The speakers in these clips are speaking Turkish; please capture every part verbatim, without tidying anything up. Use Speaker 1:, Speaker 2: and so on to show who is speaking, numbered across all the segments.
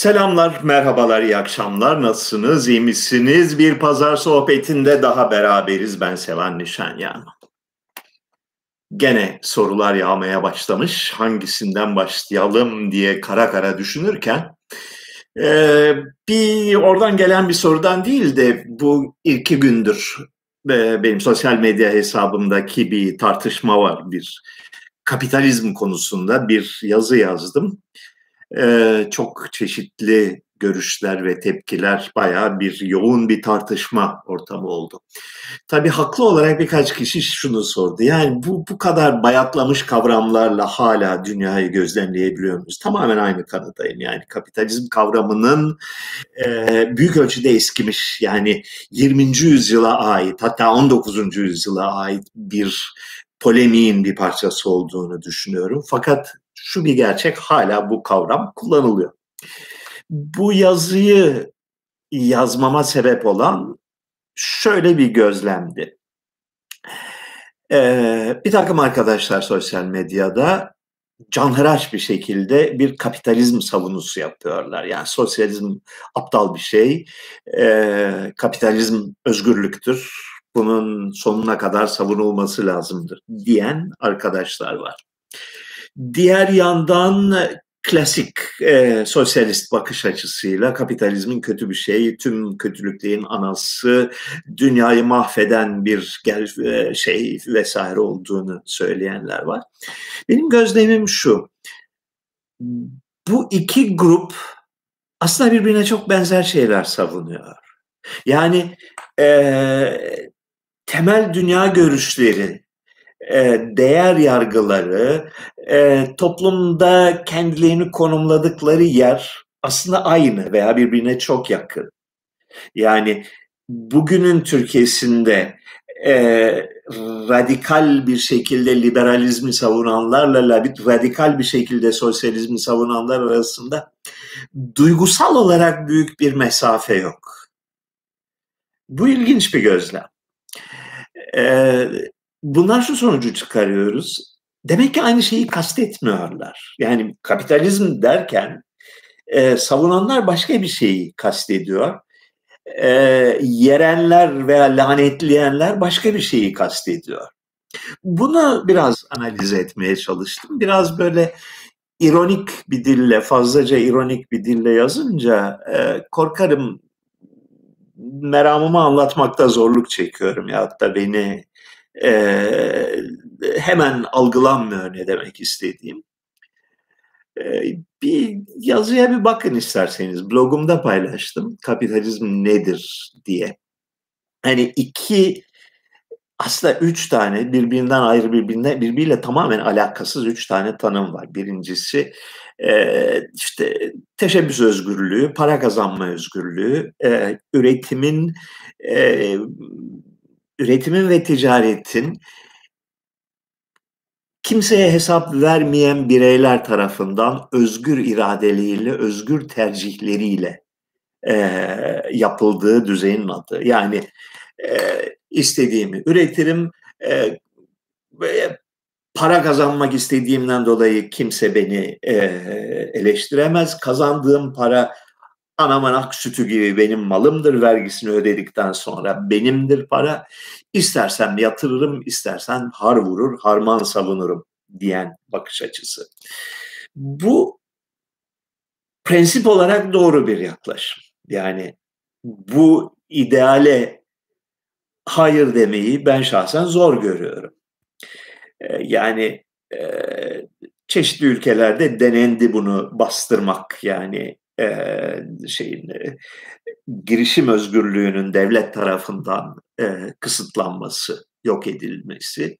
Speaker 1: Selamlar, merhabalar, iyi akşamlar. Nasılsınız, iyi misiniz? Bir pazar sohbetinde daha beraberiz. Ben Sevan Nişanyan. Gene sorular yağmaya başlamış. Hangisinden başlayalım diye kara kara düşünürken e, bir oradan gelen bir sorudan değil de bu iki gündür e, benim sosyal medya hesabımdaki bir tartışma var. Bir kapitalizm konusunda bir yazı yazdım. Ee, çok çeşitli görüşler ve tepkiler, bayağı bir yoğun bir tartışma ortamı oldu. Tabii haklı olarak birkaç kişi şunu sordu. Yani bu bu kadar bayatlamış kavramlarla hala dünyayı gözlemleyebiliyor muyuz? Tamamen aynı kanıdayım. Yani kapitalizm kavramının e, büyük ölçüde eskimiş. Yani yirminci yüzyıla ait, hatta on dokuzuncu yüzyıla ait bir polemiğin bir parçası olduğunu düşünüyorum. Fakat şu bir gerçek, hala bu kavram kullanılıyor. Bu yazıyı yazmama sebep olan şöyle bir gözlemdi. Ee, bir takım arkadaşlar sosyal medyada canhıraş bir şekilde bir kapitalizm savunusu yapıyorlar. Yani sosyalizm aptal bir şey, ee, kapitalizm özgürlüktür, bunun sonuna kadar savunulması lazımdır diyen arkadaşlar var. Diğer yandan klasik e, sosyalist bakış açısıyla kapitalizmin kötü bir şey, tüm kötülüklerin anası, dünyayı mahveden bir e, şey vesaire olduğunu söyleyenler var. Benim gözlemim şu: bu iki grup aslında birbirine çok benzer şeyler savunuyor. Yani e, temel dünya görüşleri, değer yargıları, toplumda kendilerini konumladıkları yer aslında aynı veya birbirine çok yakın. Yani bugünün Türkiye'sinde e, radikal bir şekilde liberalizmi savunanlarla radikal bir şekilde sosyalizmi savunanlar arasında duygusal olarak büyük bir mesafe yok. Bu ilginç bir gözlem. E, bundan şu sonucu çıkarıyoruz: demek ki aynı şeyi kastetmiyorlar. Yani kapitalizm derken e, savunanlar başka bir şeyi kastediyor. E, yerenler veya lanetleyenler başka bir şeyi kastediyor. Bunu biraz analiz etmeye çalıştım. Biraz böyle ironik bir dille, fazlaca ironik bir dille yazınca e, korkarım meramımı anlatmakta zorluk çekiyorum ya da beni e, hemen algılanmıyor ne demek istediğim. E, bir yazıya bir bakın isterseniz. Blogumda paylaştım. Kapitalizm nedir diye. Hani iki, aslında üç tane birbirinden ayrı, birbirine birbiriyle tamamen alakasız üç tane tanım var. Birincisi e, işte teşebbüs özgürlüğü, para kazanma özgürlüğü, e, üretimin e, üretimin ve ticaretin kimseye hesap vermeyen bireyler tarafından özgür iradeleriyle, özgür tercihleriyle e, yapıldığı düzeyin adı. Yani e, istediğimi üretirim, e, para kazanmak istediğimden dolayı kimse beni e, eleştiremez. Kazandığım para anamın ak sütü gibi benim malımdır. Vergisini ödedikten sonra benimdir para. İstersen yatırırım, istersen har vurur, harman savunurum diyen bakış açısı. Bu prensip olarak doğru bir yaklaşım. Yani bu ideale hayır demeyi ben şahsen zor görüyorum. Yani çeşitli ülkelerde denendi bunu bastırmak, yani şeyin girişim özgürlüğünün devlet tarafından kısıtlanması, yok edilmesi.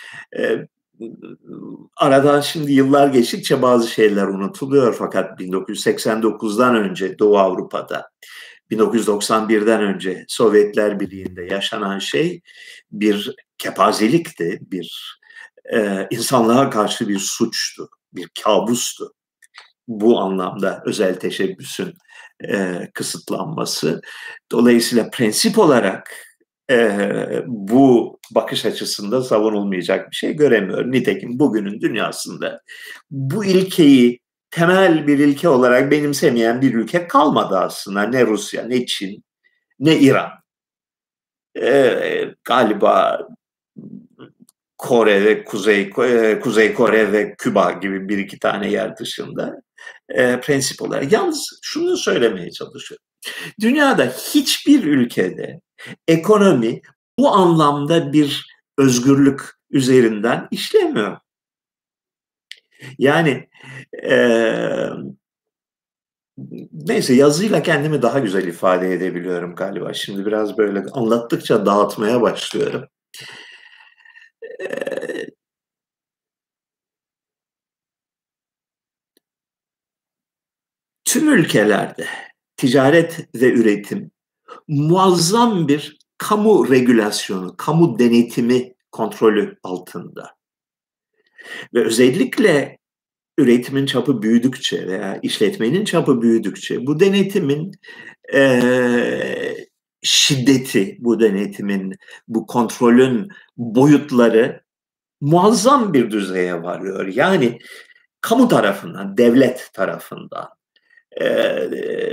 Speaker 1: Aradan şimdi yıllar geçtikçe bazı şeyler unutuluyor, fakat bin dokuz yüz seksen dokuzdan önce Doğu Avrupa'da, bin dokuz yüz doksan birden önce Sovyetler Birliği'nde yaşanan şey bir kepazelikti, bir e, insanlığa karşı bir suçtu, bir kabustu. Bu anlamda özel teşebbüsün e, kısıtlanması. Dolayısıyla prensip olarak e, bu bakış açısında savunulmayacak bir şey göremiyorum. Nitekim bugünün dünyasında bu ilkeyi temel bir ilke olarak benimsemeyen bir ülke kalmadı aslında. Ne Rusya, ne Çin, ne İran. Ee, galiba Kore ve Kuzey, Kuzey Kore ve Küba gibi bir iki tane yer dışında e, prensip olarak. Yalnız şunu söylemeye çalışıyorum. Dünyada hiçbir ülkede ekonomi bu anlamda bir özgürlük üzerinden işlemiyor. Yani e, neyse, yazıyla kendimi daha güzel ifade edebiliyorum galiba. Şimdi biraz böyle anlattıkça dağıtmaya başlıyorum. E, tüm ülkelerde ticaret ve üretim muazzam bir kamu regülasyonu, kamu denetimi kontrolü altında. Ve özellikle üretimin çapı büyüdükçe veya işletmenin çapı büyüdükçe bu denetimin e, şiddeti, bu denetimin, bu kontrolün boyutları muazzam bir düzeye varıyor. Yani kamu tarafından, devlet tarafından, e,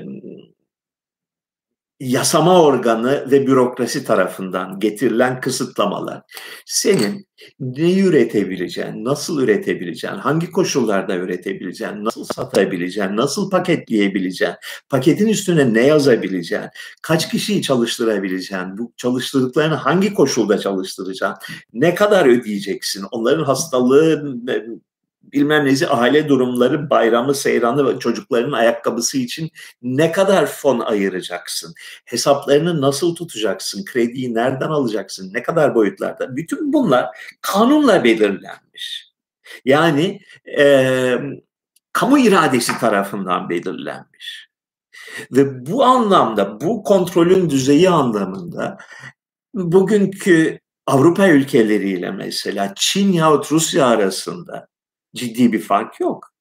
Speaker 1: yasama organı ve bürokrasi tarafından getirilen kısıtlamalar senin ne üretebileceğin, nasıl üretebileceğin, hangi koşullarda üretebileceğin, nasıl satabileceğin, nasıl paketleyebileceğin, paketin üstüne ne yazabileceğin, kaç kişiyi çalıştırabileceğin, bu çalıştırdıklarını hangi koşulda çalıştıracaksın, ne kadar ödeyeceksin, onların hastalığı, bilmem nesi, aile durumları, bayramı, seyranı ve çocukların ayakkabısı için ne kadar fon ayıracaksın? Hesaplarını nasıl tutacaksın? Krediyi nereden alacaksın? Ne kadar boyutlarda? Bütün bunlar kanunla belirlenmiş. Yani e, kamu iradesi tarafından belirlenmiş. Ve bu anlamda, bu kontrolün düzeyi anlamında bugünkü Avrupa ülkeleriyle mesela Çin yahut Rusya arasında ciddi bir fark yok.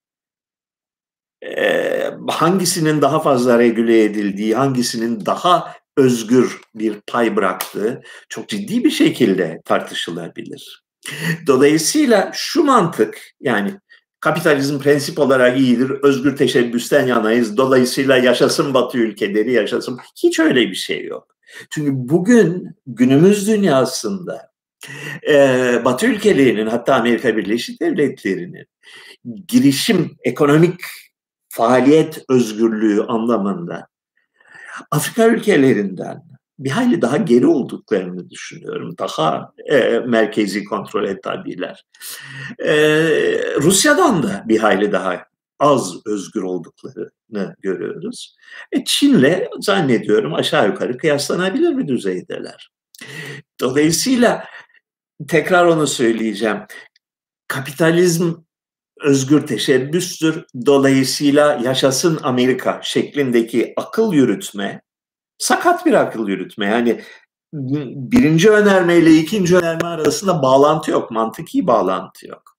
Speaker 1: Ee, hangisinin daha fazla regüle edildiği, hangisinin daha özgür bir pay bıraktığı çok ciddi bir şekilde tartışılabilir. Dolayısıyla şu mantık, yani kapitalizm prensip olarak iyidir, özgür teşebbüsten yanayız, dolayısıyla yaşasın Batı ülkeleri, yaşasın, hiç öyle bir şey yok. Çünkü bugün günümüz dünyasında e, Batı ülkelerinin, hatta Amerika Birleşik Devletleri'nin girişim, ekonomik faaliyet özgürlüğü anlamında Afrika ülkelerinden bir hayli daha geri olduklarını düşünüyorum. Daha e, merkezi kontrol tabiler. E, Rusya'dan da bir hayli daha az özgür olduklarını görüyoruz. E, Çin'le zannediyorum aşağı yukarı kıyaslanabilir bir düzeydeler. Dolayısıyla tekrar onu söyleyeceğim. Kapitalizm özgür teşebbüstür. Dolayısıyla yaşasın Amerika şeklindeki akıl yürütme sakat bir akıl yürütme. Yani birinci önerme ile ikinci önerme arasında bağlantı yok, mantıki bağlantı yok.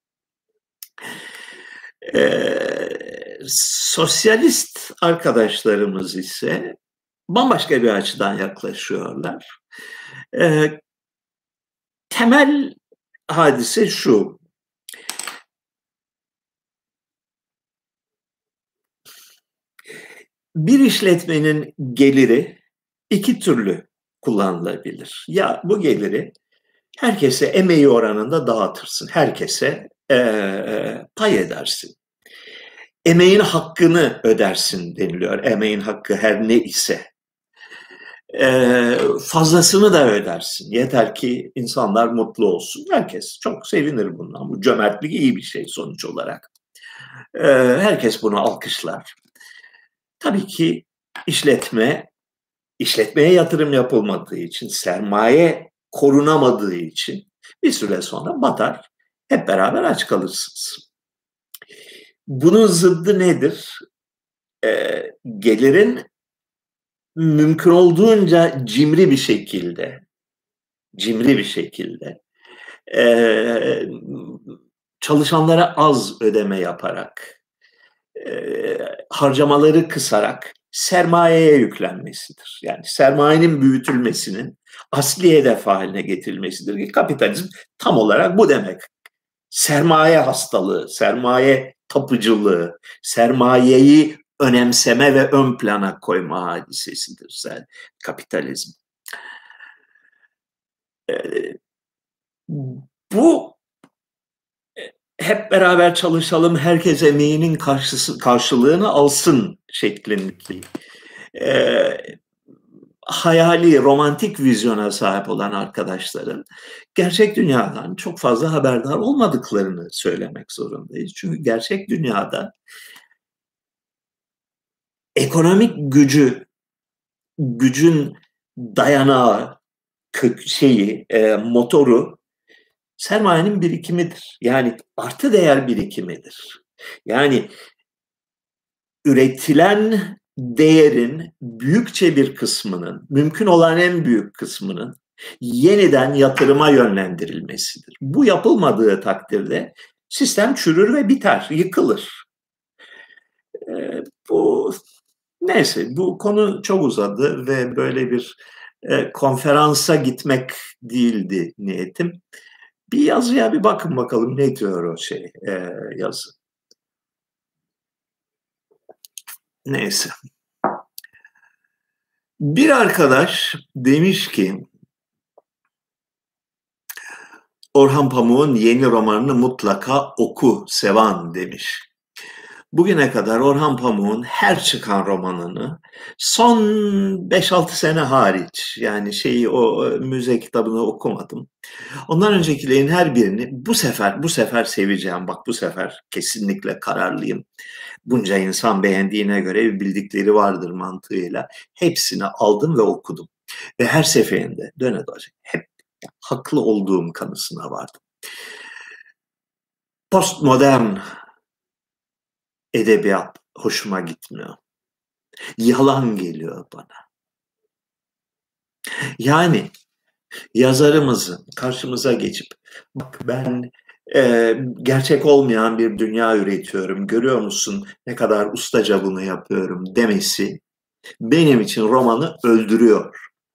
Speaker 1: Ee, sosyalist arkadaşlarımız ise bambaşka bir açıdan yaklaşıyorlar. Ee, temel hadise şu: bir işletmenin geliri iki türlü kullanılabilir. Ya bu geliri herkese emeği oranında dağıtırsın, herkese e, pay edersin. Emeğin hakkını ödersin deniliyor. Emeğin hakkı her ne ise. E, fazlasını da ödersin. Yeter ki insanlar mutlu olsun. Herkes çok sevinir bundan. Bu cömertlik iyi bir şey sonuç olarak. E, herkes bunu alkışlar. Tabii ki işletme, işletmeye yatırım yapılmadığı için, sermaye korunamadığı için bir süre sonra batar. Hep beraber aç kalırsınız. Bunun zıddı nedir? E, gelirin mümkün olduğunca cimri bir şekilde, cimri bir şekilde e, çalışanlara az ödeme yaparak, e, harcamaları kısarak sermayeye yüklenmesidir. Yani sermayenin büyütülmesinin asli hedef haline getirilmesidir ki kapitalizm tam olarak bu demek. Sermaye hastalığı, sermaye tapıcılığı, sermayeyi önemseme ve ön plana koyma hadisesidir kapitalizm. Bu hep beraber çalışalım, herkes emeğinin karşısı, karşılığını alsın şeklindeki e, hayali, romantik vizyona sahip olan arkadaşların gerçek dünyadan çok fazla haberdar olmadıklarını söylemek zorundayız. Çünkü gerçek dünyada ekonomik gücü, gücün dayanağı, şeyi, e, motoru sermayenin birikimidir. Yani artı değer birikimidir. Yani üretilen değerin büyükçe bir kısmının, mümkün olan en büyük kısmının yeniden yatırıma yönlendirilmesidir. Bu yapılmadığı takdirde sistem çürür ve biter, yıkılır. Ee, bu neyse, bu konu çok uzadı ve böyle bir e, konferansa gitmek değildi niyetim. Bir yazıya bir bakın bakalım ne diyor o şey e, yazı. Neyse. Bir arkadaş demiş ki Orhan Pamuk'un yeni romanını mutlaka oku Sevan demiş. Bugüne kadar Orhan Pamuk'un her çıkan romanını son beş altı sene hariç, yani şeyi o müze kitabını okumadım. Ondan öncekilerin her birini bu sefer bu sefer seveceğim. Bak bu sefer kesinlikle kararlıyım. Bunca insan beğendiğine göre bildikleri vardır mantığıyla. Hepsini aldım ve okudum. Ve her seferinde döne dolaşık hep haklı olduğum kanısına vardım. Postmodern edebiyat hoşuma gitmiyor. Yalan geliyor bana. Yani yazarımızın karşımıza geçip bak ben e, gerçek olmayan bir dünya üretiyorum, görüyor musun ne kadar ustaca bunu yapıyorum demesi benim için romanı öldürüyor.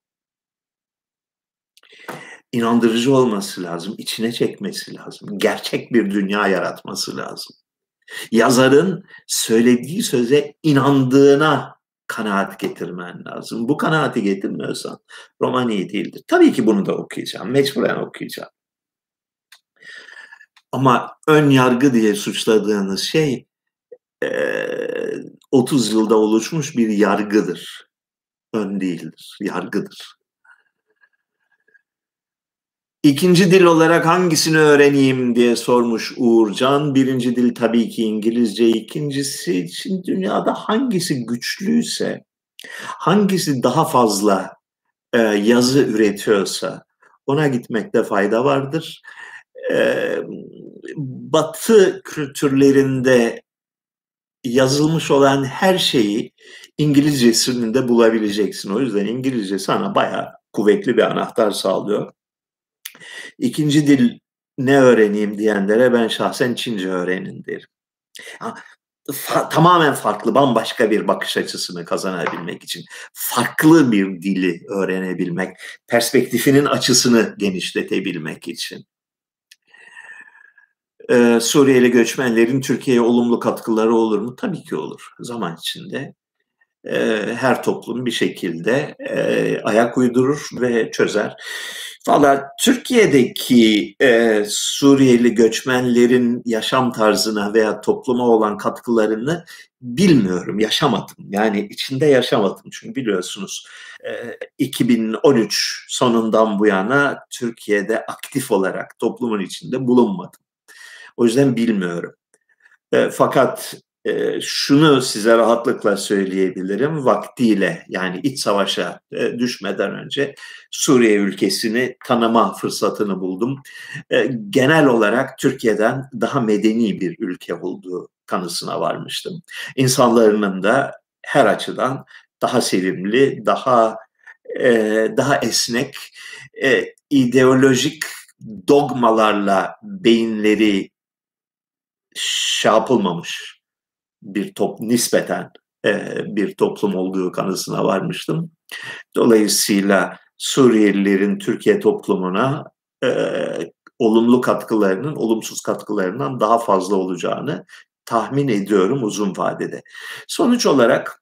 Speaker 1: İnandırıcı olması lazım, içine çekmesi lazım, gerçek bir dünya yaratması lazım. Yazarın söylediği söze inandığına kanaat getirmen lazım. Bu kanaati getirmiyorsan roman iyi değildir. Tabii ki bunu da okuyacağım, mecburen okuyacağım. Ama ön yargı diye suçladığınız şey otuz yılda oluşmuş bir yargıdır. Ön değildir, yargıdır. İkinci dil olarak hangisini öğreneyim diye sormuş Uğurcan. Birinci dil tabii ki İngilizce. İkincisi için dünyada hangisi güçlüyse, hangisi daha fazla e, yazı üretiyorsa ona gitmekte fayda vardır. E, Batı kültürlerinde yazılmış olan her şeyi İngilizcesini de bulabileceksin. O yüzden İngilizce sana bayağı kuvvetli bir anahtar sağlıyor. İkinci dil ne öğreneyim diyenlere ben şahsen Çince öğrenin derim. Fa- tamamen farklı, bambaşka bir bakış açısını kazanabilmek için, farklı bir dili öğrenebilmek, perspektifinin açısını genişletebilmek için. Ee, Suriyeli göçmenlerin Türkiye'ye olumlu katkıları olur mu? Tabii ki olur. Zaman içinde e, her toplum bir şekilde e, ayak uydurur ve çözer. Valla Türkiye'deki e, Suriyeli göçmenlerin yaşam tarzına veya topluma olan katkılarını bilmiyorum, yaşamadım. Yani içinde yaşamadım çünkü biliyorsunuz e, iki bin on üç sonundan bu yana Türkiye'de aktif olarak toplumun içinde bulunmadım. O yüzden bilmiyorum. E, fakat e, şunu size rahatlıkla söyleyebilirim. Vaktiyle yani iç savaşa e, düşmeden önce Suriye ülkesini tanıma fırsatını buldum. E, genel olarak Türkiye'den daha medeni bir ülke olduğu kanısına varmıştım. İnsanlarının da her açıdan daha sevimli, daha e, daha esnek, e, ideolojik dogmalarla beyinleri şey yapılmamış bir top nispeten e, bir toplum olduğu kanısına varmıştım. Dolayısıyla Suriyelilerin Türkiye toplumuna e, olumlu katkılarının olumsuz katkılarından daha fazla olacağını tahmin ediyorum uzun vadede. Sonuç olarak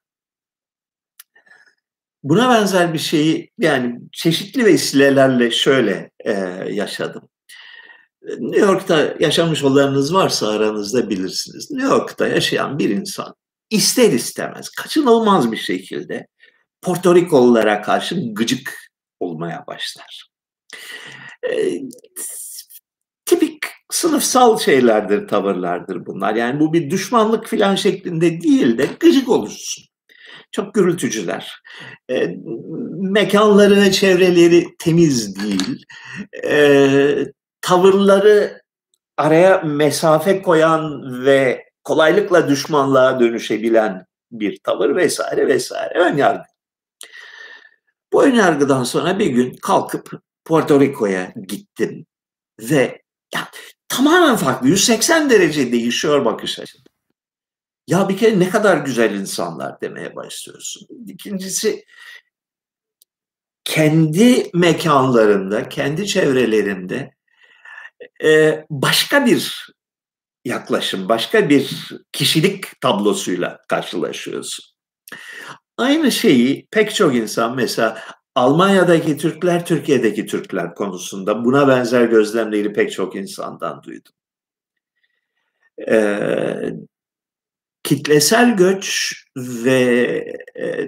Speaker 1: buna benzer bir şeyi yani çeşitli vesilelerle şöyle e, yaşadım. New York'ta yaşamış olanınız varsa aranızda bilirsiniz. New York'ta yaşayan bir insan ister istemez kaçınılmaz bir şekilde Porto Rikolulara karşı gıcık olmaya başlar. E, tipik sınıfsal şeylerdir, tavırlardır bunlar. Yani bu bir düşmanlık filan şeklinde değil de gıcık olursun. Çok gürültücüler. E, mekanları ve çevreleri temiz değil. E, tavırları araya mesafe koyan ve kolaylıkla düşmanlığa dönüşebilen bir tavır vesaire vesaire. Ön yargı. Bu ön yargıdan sonra bir gün kalkıp Porto Rico'ya gittim ve ya, tamamen farklı. yüz seksen derece değişiyor bakış açın. Ya bir kere ne kadar güzel insanlar demeye başlıyorsun. İkincisi kendi mekanlarında, kendi çevrelerinde e, başka bir yaklaşım, başka bir kişilik tablosuyla karşılaşıyorsun. Aynı şeyi pek çok insan mesela Almanya'daki Türkler, Türkiye'deki Türkler konusunda buna benzer gözlemleri pek çok insandan duydum. Ee, kitlesel göç ve e,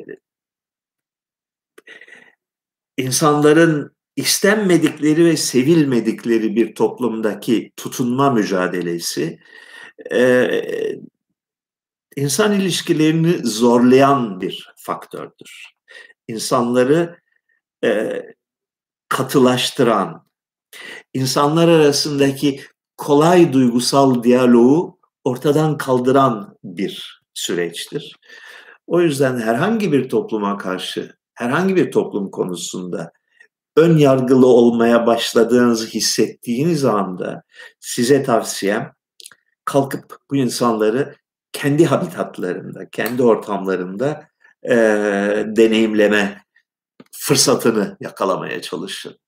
Speaker 1: insanların istenmedikleri ve sevilmedikleri bir toplumdaki tutunma mücadelesi e, insan ilişkilerini zorlayan bir faktördür. İnsanları e, katılaştıran, insanlar arasındaki kolay duygusal diyaloğu ortadan kaldıran bir süreçtir. O yüzden herhangi bir topluma karşı, herhangi bir toplum konusunda ön yargılı olmaya başladığınızı hissettiğiniz anda size tavsiyem kalkıp bu insanları kendi habitatlarında, kendi ortamlarında e, deneyimleme fırsatını yakalamaya çalışın.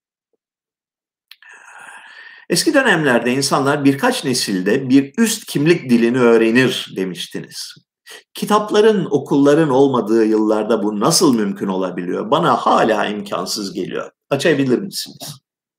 Speaker 1: Eski dönemlerde insanlar birkaç nesilde bir üst kimlik dilini öğrenir demiştiniz. Kitapların, okulların olmadığı yıllarda bu nasıl mümkün olabiliyor? Bana hala imkansız geliyor. Açabilir misiniz?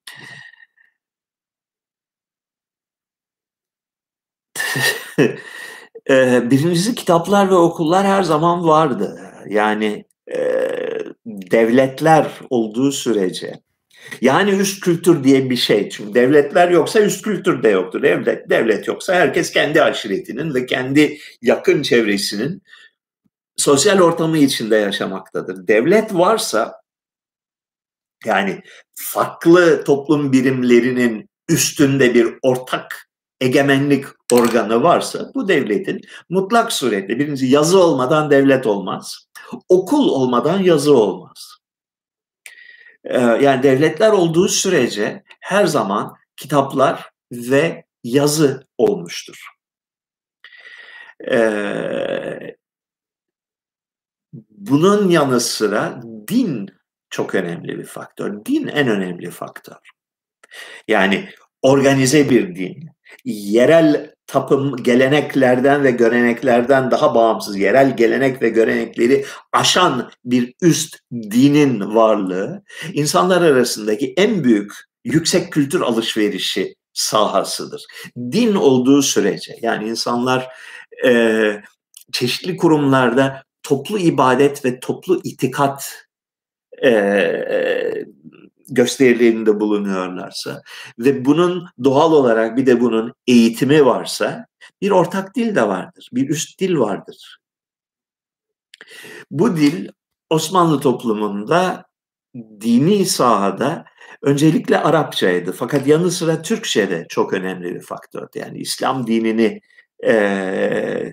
Speaker 1: Birincisi kitaplar ve okullar her zaman vardı. Yani e, devletler olduğu sürece. Yani üst kültür diye bir şey. Çünkü devletler yoksa üst kültür de yoktur. Devlet, devlet yoksa herkes kendi aşiretinin ve kendi yakın çevresinin sosyal ortamı içinde yaşamaktadır. Devlet varsa yani farklı toplum birimlerinin üstünde bir ortak egemenlik organı varsa bu devletin mutlak suretle birincisi yazı olmadan devlet olmaz. Okul olmadan yazı olmaz. Yani devletler olduğu sürece her zaman kitaplar ve yazı olmuştur. Ee, bunun yanı sıra din çok önemli bir faktör. Din en önemli faktör. Yani organize bir din, yerel tapım geleneklerden ve göreneklerden daha bağımsız, yerel gelenek ve görenekleri aşan bir üst dinin varlığı, insanlar arasındaki en büyük yüksek kültür alışverişi sahasıdır. Din olduğu sürece, yani insanlar e, çeşitli kurumlarda toplu ibadet ve toplu itikat e, gösterilerinde bulunuyorlarsa ve bunun doğal olarak bir de bunun eğitimi varsa bir ortak dil de vardır, bir üst dil vardır. Bu dil Osmanlı toplumunda dini sahada öncelikle Arapçaydı fakat yanı sıra Türkçe de çok önemli bir faktördü. Yani İslam dinini e,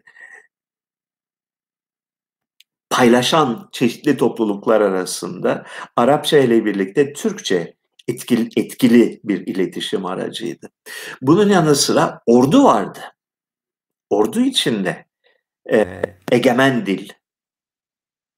Speaker 1: paylaşan çeşitli topluluklar arasında Arapça ile birlikte Türkçe etkili, etkili bir iletişim aracıydı. Bunun yanı sıra ordu vardı. Ordu içinde e, egemen dil,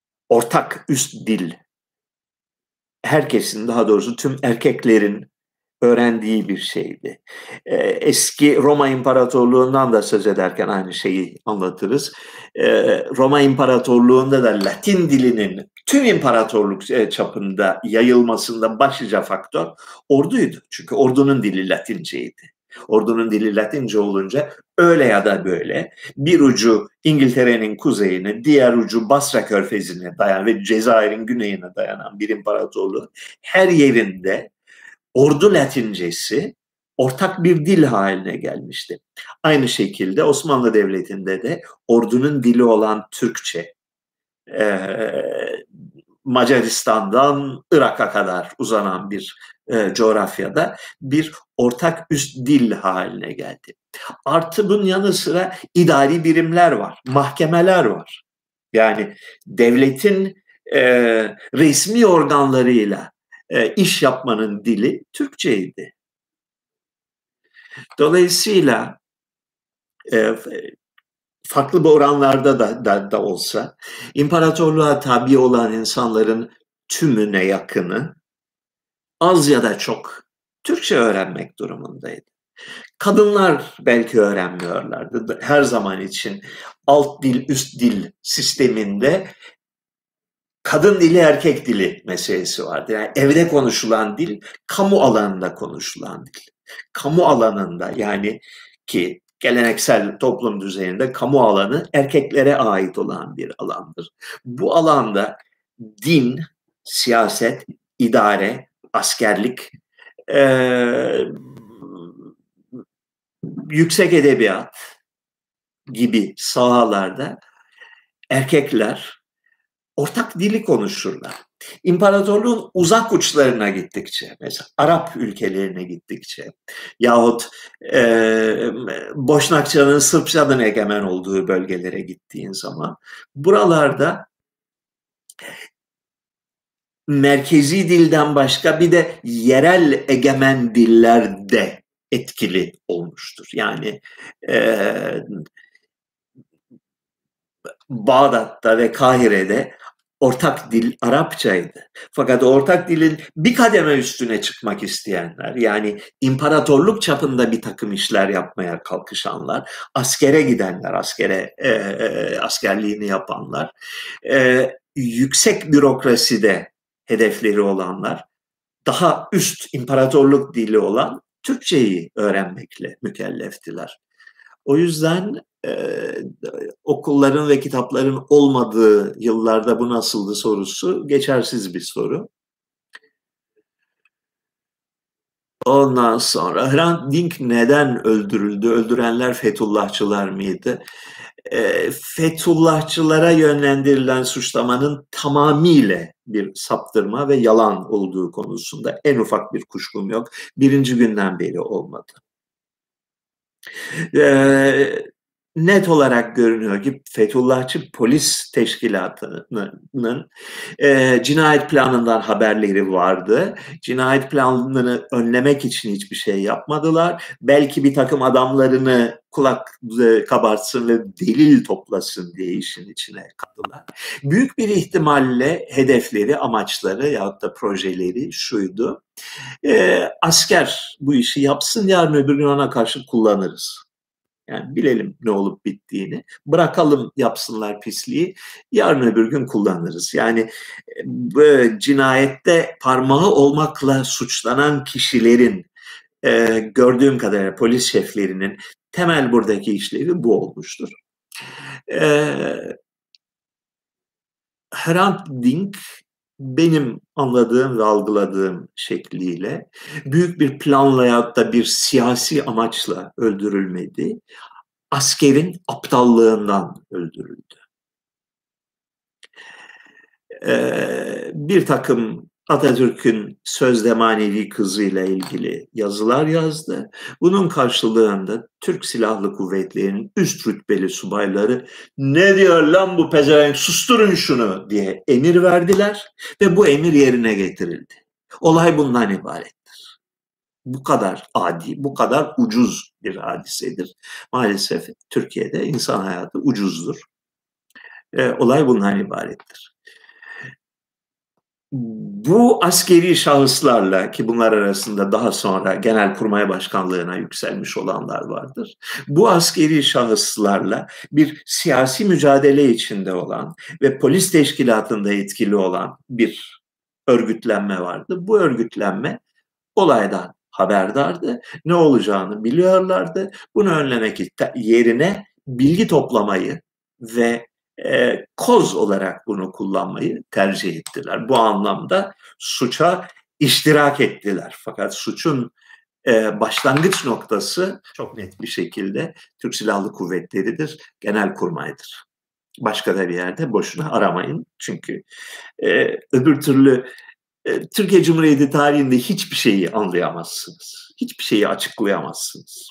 Speaker 1: ortak üst dil, herkesin daha doğrusu tüm erkeklerin öğrendiği bir şeydi. Eee, eski Roma İmparatorluğu'ndan da söz ederken aynı şeyi anlatırız. Eee, Roma İmparatorluğu'nda da Latin dilinin tüm imparatorluk eee, çapında yayılmasında başlıca faktör orduydu. Çünkü ordunun dili Latinceydi. Ordunun dili Latince olunca öyle ya da böyle bir ucu İngiltere'nin kuzeyine, diğer ucu Basra Körfezi'ne dayanan ve Cezayir'in güneyine dayanan bir imparatorluğu her yerinde ordu Latincesi ortak bir dil haline gelmişti. Aynı şekilde Osmanlı Devleti'nde de ordunun dili olan Türkçe, e, Macaristan'dan Irak'a kadar uzanan bir e, coğrafyada bir ortak üst dil haline geldi. Artı bunun yanı sıra idari birimler var, mahkemeler var. Yani devletin e, resmi organlarıyla e, iş yapmanın dili Türkçeydi. Dolayısıyla e, farklı bir oranlarda da, da, da olsa imparatorluğa tabi olan insanların tümüne yakını az ya da çok Türkçe öğrenmek durumundaydı. Kadınlar belki öğrenmiyorlardı. Her zaman için alt dil, üst dil sisteminde kadın dili, erkek dili meselesi vardı. Yani evde konuşulan dil, kamu alanında konuşulan dil. Kamu alanında yani ki geleneksel toplum düzeyinde kamu alanı erkeklere ait olan bir alandır. Bu alanda din, siyaset, idare, askerlik, ee, yüksek edebiyat gibi sahalarda erkekler ortak dili konuşurlar. İmparatorluğun uzak uçlarına gittikçe, mesela Arap ülkelerine gittikçe yahut e, Boşnakçanın, Sırpçanın egemen olduğu bölgelere gittiğin zaman buralarda merkezi dilden başka bir de yerel egemen diller de etkili olmuştur. Yani e, Bağdat'ta ve Kahire'de ortak dil Arapçaydı. Fakat ortak dilin bir kademe üstüne çıkmak isteyenler, yani imparatorluk çapında bir takım işler yapmaya kalkışanlar, askere gidenler, askere e, e, askerliğini yapanlar, e, yüksek bürokraside hedefleri olanlar, daha üst imparatorluk dili olan Türkçeyi öğrenmekle mükelleftiler. O yüzden e, okulların ve kitapların olmadığı yıllarda bu nasıldı sorusu geçersiz bir soru. Ondan sonra Hrant Dink neden öldürüldü? Öldürenler Fethullahçılar mıydı? E, Fethullahçılara yönlendirilen suçlamanın tamamıyla bir saptırma ve yalan olduğu konusunda en ufak bir kuşkum yok. Birinci günden beri olmadı. Ee, net olarak görünüyor ki Fethullahçı Polis Teşkilatı'nın e, cinayet planından haberleri vardı. Cinayet planını önlemek için hiçbir şey yapmadılar. Belki bir takım adamlarını kulak e, kabartsın ve delil toplasın diye işin içine kattılar. Büyük bir ihtimalle hedefleri, amaçları yahut da projeleri şuydu. E, asker bu işi yapsın, yarın öbür gün ona karşı kullanırız. Yani bilelim ne olup bittiğini, bırakalım yapsınlar pisliği, yarın öbür gün kullanırız. Yani böyle cinayette parmağı olmakla suçlanan kişilerin e, gördüğüm kadarıyla polis şeflerinin temel buradaki işlevi bu olmuştur. E, Hrant Dink benim anladığım ve algıladığım şekliyle büyük bir planla ya da bir siyasi amaçla öldürülmedi. Askerin aptallığından öldürüldü. Ee, bir takım Atatürk'ün sözde manevi kızıyla ilgili yazılar yazdı. Bunun karşılığında Türk Silahlı Kuvvetleri'nin üst rütbeli subayları ne diyor lan bu pezevenk, susturun şunu diye emir verdiler ve bu emir yerine getirildi. Olay bundan ibarettir. Bu kadar adi, bu kadar ucuz bir hadisedir. Maalesef Türkiye'de insan hayatı ucuzdur. E, olay bundan ibarettir. Bu askeri şahıslarla, ki bunlar arasında daha sonra Genelkurmay Başkanlığına yükselmiş olanlar vardır. Bu askeri şahıslarla bir siyasi mücadele içinde olan ve polis teşkilatında etkili olan bir örgütlenme vardı. Bu örgütlenme olaydan haberdardı. Ne olacağını biliyorlardı. Bunu önlemek yerine bilgi toplamayı ve e, koz olarak bunu kullanmayı tercih ettiler. Bu anlamda suça iştirak ettiler. Fakat suçun e, başlangıç noktası çok net bir şekilde Türk Silahlı Kuvvetleri'dir, Genelkurmay'dır. Başka da bir yerde boşuna aramayın. Çünkü e, öbür türlü e, Türkiye Cumhuriyeti tarihinde hiçbir şeyi anlayamazsınız. Hiçbir şeyi açıklayamazsınız.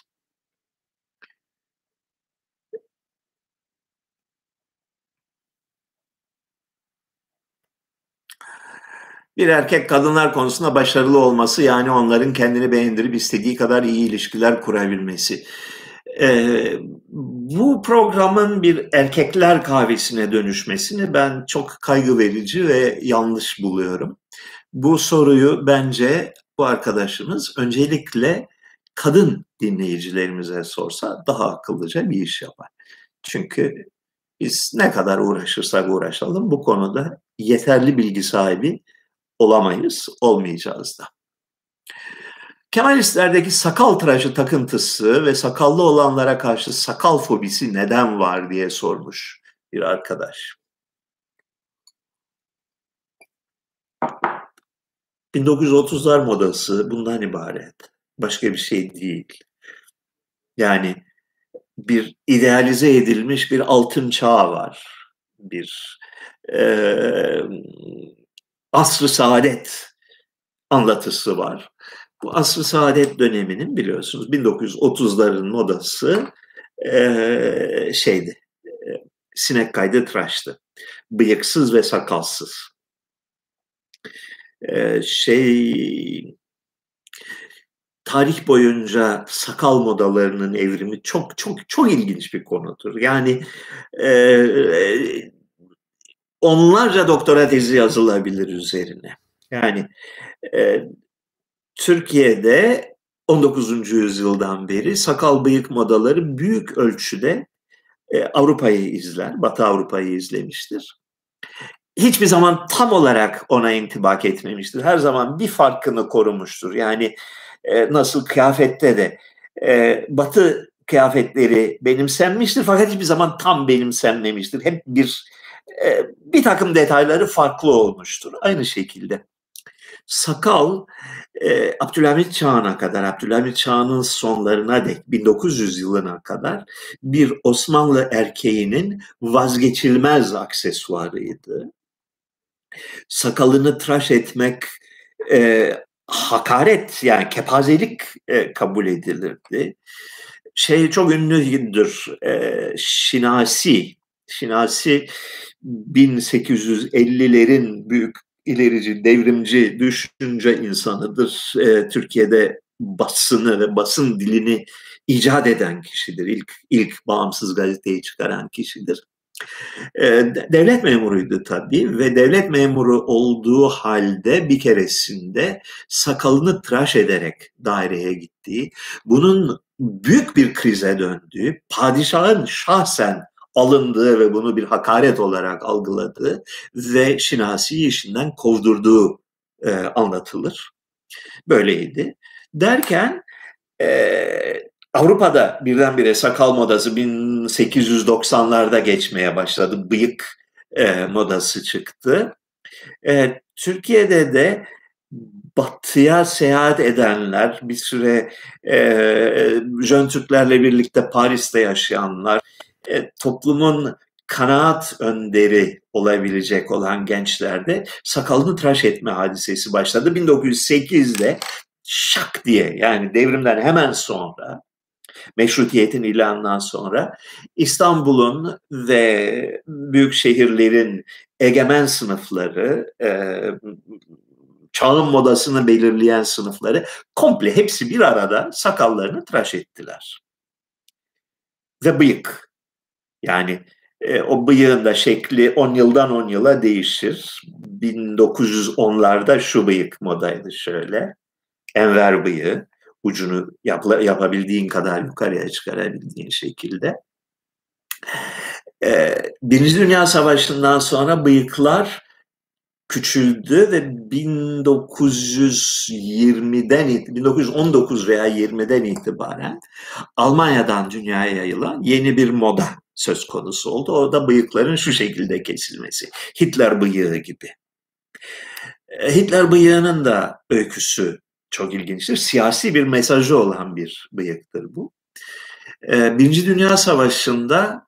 Speaker 1: Bir erkek kadınlar konusunda başarılı olması, yani onların kendini beğendirip istediği kadar iyi ilişkiler kurabilmesi. Ee, bu programın bir erkekler kahvesine dönüşmesini ben çok kaygı verici ve yanlış buluyorum. Bu soruyu bence bu arkadaşımız öncelikle kadın dinleyicilerimize sorsa daha akıllıca bir iş yapar. Çünkü biz ne kadar uğraşırsak uğraşalım bu konuda yeterli bilgi sahibi olamayız, olmayacağız da. Kemalistlerdeki sakal tıraşı takıntısı ve sakallı olanlara karşı sakal fobisi neden var diye sormuş bir arkadaş. bin dokuz yüz otuzlar modası bundan ibaret. Başka bir şey değil. Yani bir idealize edilmiş bir altın çağ var. Bir e, asr-ı saadet anlatısı var. Bu asr-ı saadet döneminin biliyorsunuz bin dokuz yüz otuzların modası e, şeydi, e, sinek kaydı tıraştı. Bıyıksız ve sakalsız. E, şey tarih boyunca sakal modalarının evrimi çok çok çok ilginç bir konudur. Yani e, onlarca doktora tezi yazılabilir üzerine. Yani e, Türkiye'de on dokuzuncu yüzyıldan beri sakal bıyık modaları büyük ölçüde e, Avrupa'yı izler, Batı Avrupa'yı izlemiştir. Hiçbir zaman tam olarak ona intibak etmemiştir. Her zaman bir farkını korumuştur. Yani e, nasıl kıyafette de e, Batı kıyafetleri benimsenmiştir fakat hiçbir zaman tam benimsenmemiştir. Hep bir e, bir takım detayları farklı olmuştur. Aynı şekilde sakal e, Abdülhamit Çağı'na kadar, Abdülhamit Çağı'nın sonlarına dek bin dokuz yüz yılına kadar bir Osmanlı erkeğinin vazgeçilmez aksesuarıydı. Sakalını tıraş etmek e, hakaret, yani kepazelik e, kabul edilirdi. Şey çok ünlüdür, e, Şinasi. Şinasi bin sekiz yüz ellilerin büyük ilerici, devrimci düşünce insanıdır. E, Türkiye'de basını ve basın dilini icat eden kişidir. İlk ilk bağımsız gazeteyi çıkaran kişidir. E, devlet memuruydu tabii ve devlet memuru olduğu halde bir keresinde sakalını tıraş ederek daireye gittiği, bunun büyük bir krize döndüğü, padişahın şahsen alındığı ve bunu bir hakaret olarak algıladığı ve Şinasi'yi işinden kovdurduğu e, anlatılır. Böyleydi. Derken e, Avrupa'da birdenbire sakal modası bin sekiz yüz doksanlarda geçmeye başladı. Bıyık e, modası çıktı. E, Türkiye'de de batıya seyahat edenler, bir süre e, Jön Türklerle birlikte Paris'te yaşayanlar, e, toplumun kanaat önderi olabilecek olan gençlerde sakalını tıraş etme hadisesi başladı. bin dokuz yüz sekizde şak diye, yani devrimden hemen sonra, meşrutiyetin ilanından sonra İstanbul'un ve büyük şehirlerin egemen sınıfları, e, çağın modasını belirleyen sınıfları komple hepsi bir arada sakallarını tıraş ettiler. Ve bıyık. Yani E, o bıyığın da şekli on yıldan on yıla değişir. bin dokuz yüz onlarda şu bıyık modaydı şöyle. Enver bıyığı. Ucunu yapla, yapabildiğin kadar yukarıya çıkarabildiğin şekilde. E, Birinci Dünya Savaşı'ndan sonra bıyıklar küçüldü ve bin dokuz yüz yirmiden, bin dokuz yüz on dokuz veya yirmiden itibaren Almanya'dan dünyaya yayılan yeni bir moda söz konusu oldu. O da bıyıkların şu şekilde kesilmesi. Hitler bıyığı gibi. Hitler bıyığının da öyküsü çok ilginçtir. Siyasi bir mesajı olan bir bıyıktır bu. Birinci Dünya Savaşı'nda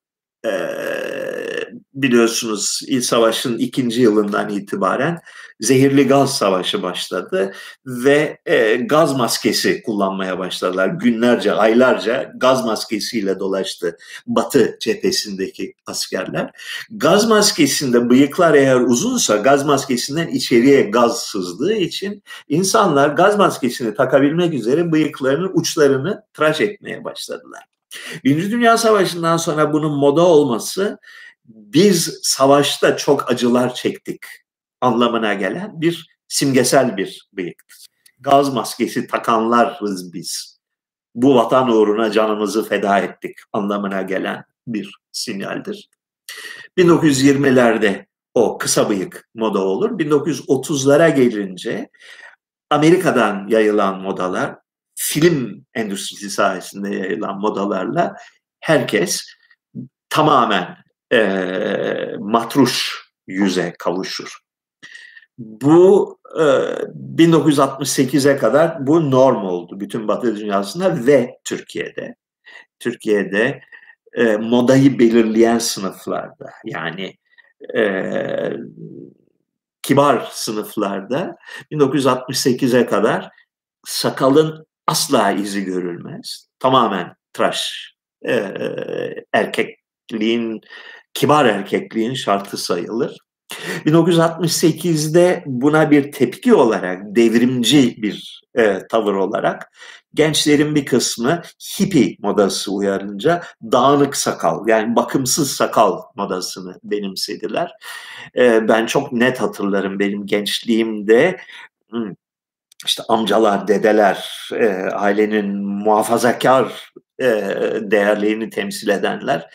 Speaker 1: biliyorsunuz ilk savaşın ikinci yılından itibaren zehirli gaz savaşı başladı ve e, gaz maskesi kullanmaya başladılar. Günlerce, aylarca gaz maskesiyle dolaştı Batı cephesindeki askerler. Gaz maskesinde bıyıklar eğer uzunsa gaz maskesinden içeriye gaz sızdığı için insanlar gaz maskesini takabilmek üzere bıyıklarının uçlarını tıraş etmeye başladılar. Birinci Dünya Savaşı'ndan sonra bunun moda olması biz savaşta çok acılar çektik anlamına gelen bir simgesel bir bıyıktır. Gaz maskesi takanlarız biz. Bu vatan uğruna canımızı feda ettik anlamına gelen bir sinyaldir. bin dokuz yüz yirmilerde o kısa bıyık moda olur. bin dokuz yüz otuzlara gelince Amerika'dan yayılan modalar, film endüstrisi sayesinde yayılan modalarla herkes tamamen e, matruş yüze kavuşur. Bu e, bin dokuz yüz altmış sekize kadar bu norm oldu bütün Batı dünyasında ve Türkiye'de. Türkiye'de e, modayı belirleyen sınıflarda, yani e, kibar sınıflarda bin dokuz yüz altmış sekize kadar sakalın asla izi görülmez. Tamamen tıraş. E, erkekliğin, kibar erkekliğin şartı sayılır. bin dokuz yüz altmış sekizde buna bir tepki olarak, devrimci bir e, tavır olarak gençlerin bir kısmı hippie modası uyarınca dağınık sakal, yani bakımsız sakal modasını benimsediler. E, ben çok net hatırlarım benim gençliğimde işte amcalar, dedeler, e, ailenin muhafazakar e, değerlerini temsil edenler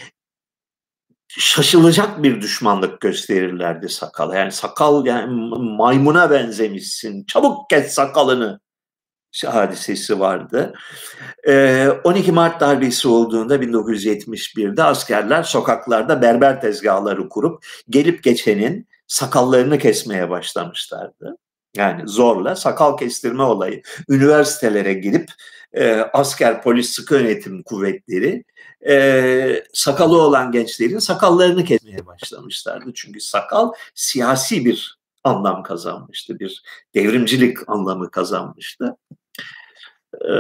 Speaker 1: şaşılacak bir düşmanlık gösterirlerdi sakala. Yani sakal, yani maymuna benzemişsin, çabuk kes sakalını hadisesi vardı. Ee, on iki Mart darbesi olduğunda bin dokuz yüz yetmiş birde askerler sokaklarda berber tezgahları kurup gelip geçenin sakallarını kesmeye başlamışlardı. Yani zorla sakal kestirme olayı. Üniversitelere gidip e, asker, polis, sıkı yönetim kuvvetleri e, sakalı olan gençlerin sakallarını kesmeye başlamışlardı. Çünkü sakal siyasi bir anlam kazanmıştı, bir devrimcilik anlamı kazanmıştı. Ee,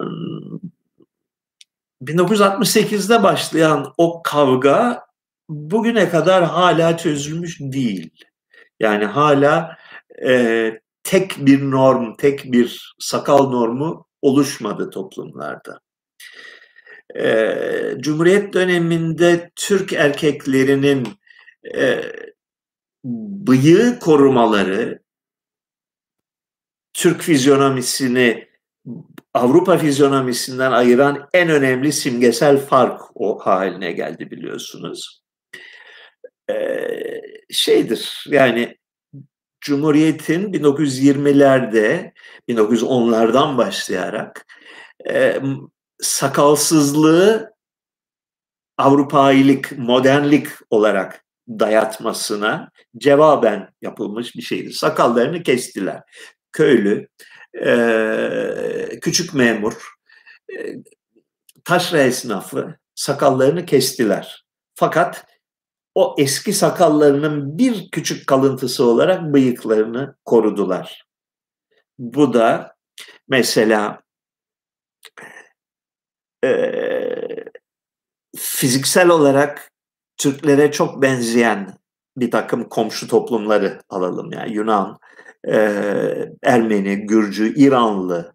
Speaker 1: bin dokuz yüz altmış sekizde başlayan o kavga bugüne kadar hala çözülmüş değil. Yani hala e, tek bir norm, tek bir sakal normu oluşmadı toplumlarda. E, Cumhuriyet döneminde Türk erkeklerinin e, bıyığı korumaları, Türk fizyonomisini Avrupa fizyonomisinden ayıran en önemli simgesel fark o haline geldi, biliyorsunuz. Ee, şeydir yani Cumhuriyet'in bin dokuz yüz yirmilerde, bin dokuz yüz onlardan başlayarak e, sakalsızlığı Avrupailik, modernlik olarak dayatmasına cevaben yapılmış bir şeydir. Sakallarını kestiler. Köylü, e, küçük memur, e, taşra esnafı sakallarını kestiler. Fakat o eski sakallarının bir küçük kalıntısı olarak bıyıklarını korudular. Bu da mesela e, fiziksel olarak Türklere çok benzeyen bir takım komşu toplumları alalım. Yani Yunan, e, Ermeni, Gürcü, İranlı.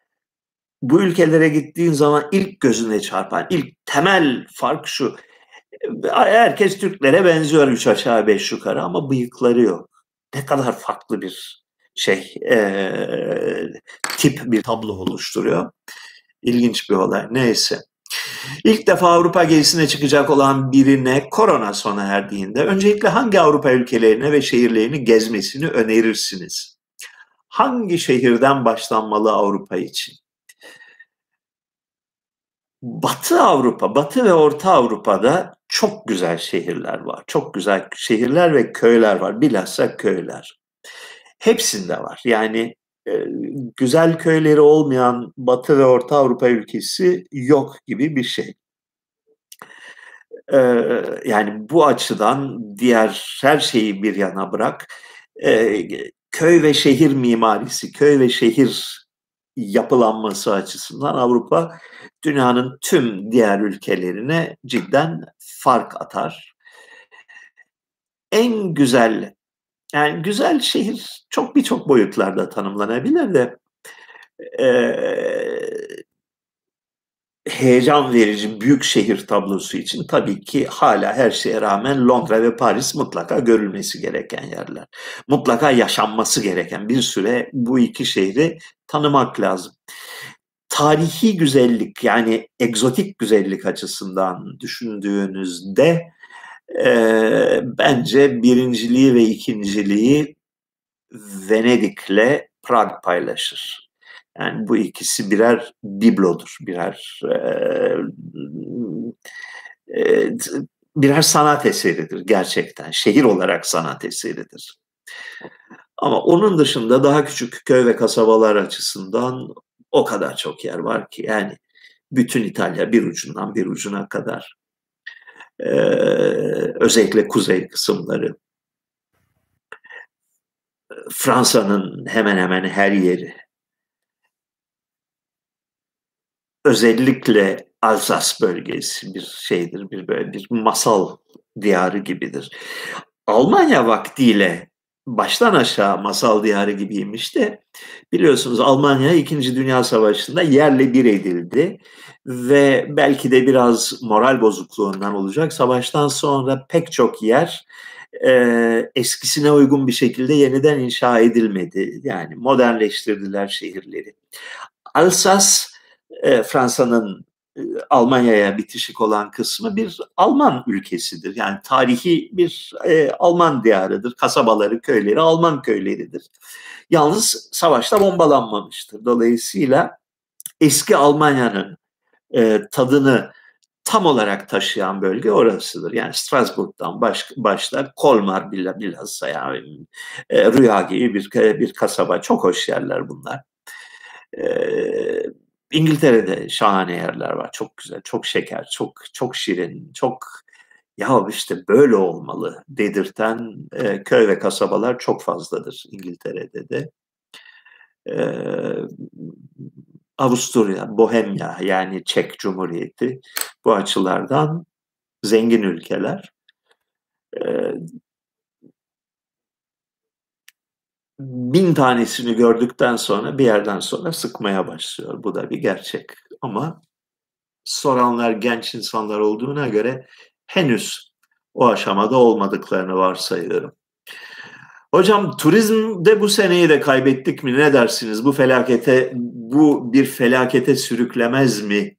Speaker 1: Bu ülkelere gittiğin zaman ilk gözüne çarpan, ilk temel fark şu: Herkes Türklere benziyor üç aşağı beş yukarı ama bıyıkları yok. Ne kadar farklı bir şey, eee, tip bir tablo oluşturuyor. İlginç bir olay. Neyse. İlk defa Avrupa gezisine çıkacak olan birine korona sona erdiğinde öncelikle hangi Avrupa ülkelerine ve şehirlerini gezmesini önerirsiniz? Hangi şehirden başlanmalı Avrupa için? Batı Avrupa, Batı ve Orta Avrupa'da çok güzel şehirler var. Çok güzel şehirler ve köyler var. Bilhassa köyler. Hepsinde var. Yani e, güzel köyleri olmayan Batı ve Orta Avrupa ülkesi yok gibi bir şey. E, yani bu açıdan diğer her şeyi bir yana bırak. E, köy ve şehir mimarisi, köy ve şehir yapılanması açısından Avrupa dünyanın tüm diğer ülkelerine cidden fark atar. En güzel, yani güzel şehir çok birçok boyutlarda tanımlanabilir de eee, heyecan verici büyük şehir tablosu için tabii ki hala her şeye rağmen Londra ve Paris mutlaka görülmesi gereken yerler. Mutlaka yaşanması gereken bir süre bu iki şehri tanımak lazım. Tarihi güzellik yani egzotik güzellik açısından düşündüğünüzde e, bence birinciliği ve ikinciliği Venedik'le Prag paylaşır. Yani bu ikisi birer biblodur, birer e, e, birer sanat eseridir gerçekten. Şehir olarak sanat eseridir. Ama onun dışında daha küçük köy ve kasabalar açısından o kadar çok yer var ki yani bütün İtalya bir ucundan bir ucuna kadar. Ee, özellikle kuzey kısımları. Fransa'nın hemen hemen her yeri. Özellikle Alsas bölgesi bir şeydir, bir böyle bir masal diyarı gibidir. Almanya vaktiyle baştan aşağı masal diyarı gibiymiş de biliyorsunuz Almanya İkinci Dünya Savaşı'nda yerle bir edildi ve belki de biraz moral bozukluğundan olacak. Savaştan sonra pek çok yer e, eskisine uygun bir şekilde yeniden inşa edilmedi. Yani modernleştirdiler şehirleri. Alsas e, Fransa'nın e, Almanya'ya bitişik olan kısmı bir Alman ülkesidir. Yani tarihi bir e, Alman diyarıdır. Kasabaları, köyleri Alman köyleridir. Yalnız savaşta bombalanmamıştır. Dolayısıyla eski Almanya'nın e, tadını tam olarak taşıyan bölge orasıdır. Yani Strasbourg'dan baş, başlar Kolmar bilhassa yani e, Rüya gibi bir, bir kasaba. Çok hoş yerler bunlar. Ee, İngiltere'de şahane yerler var. Çok güzel, çok şeker, çok çok şirin, çok ya işte böyle olmalı dedirten e, köy ve kasabalar çok fazladır İngiltere'de de. Ee, Avusturya, Bohemya yani Çek Cumhuriyeti bu açılardan zengin ülkeler. Ee, bin tanesini gördükten sonra bir yerden sonra sıkmaya başlıyor. Bu da bir gerçek. Ama soranlar genç insanlar olduğuna göre henüz o aşamada olmadıklarını varsayıyorum. Hocam turizmde bu seneyi de kaybettik mi? Ne dersiniz? Bu felakete, bu bir felakete sürüklemez mi?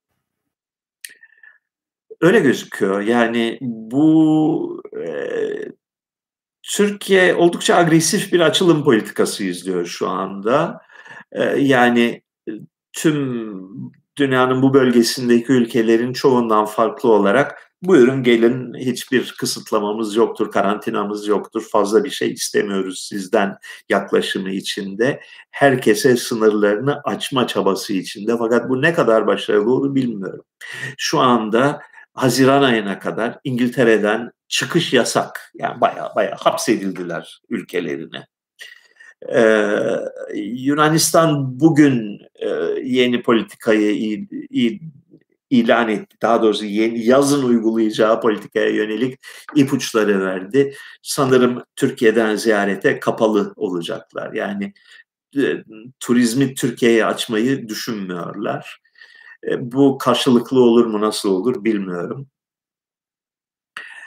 Speaker 1: Öyle gözüküyor. Yani bu e, Türkiye oldukça agresif bir açılım politikası izliyor şu anda. E, yani tüm dünyanın bu bölgesindeki ülkelerin çoğundan farklı olarak buyurun gelin hiçbir kısıtlamamız yoktur, karantinamız yoktur, fazla bir şey istemiyoruz sizden yaklaşımı içinde. Herkese sınırlarını açma çabası içinde fakat bu ne kadar başarılı olur bilmiyorum. Şu anda Haziran ayına kadar İngiltere'den çıkış yasak. Yani bayağı bayağı hapsedildiler ülkelerine. Ee, Yunanistan bugün e, yeni politikayı il, il, ilan etti. Daha doğrusu yeni, yazın uygulayacağı politikaya yönelik ipuçları verdi. Sanırım Türkiye'den ziyarete kapalı olacaklar. Yani e, turizmi Türkiye'ye açmayı düşünmüyorlar. E, bu karşılıklı olur mu nasıl olur bilmiyorum.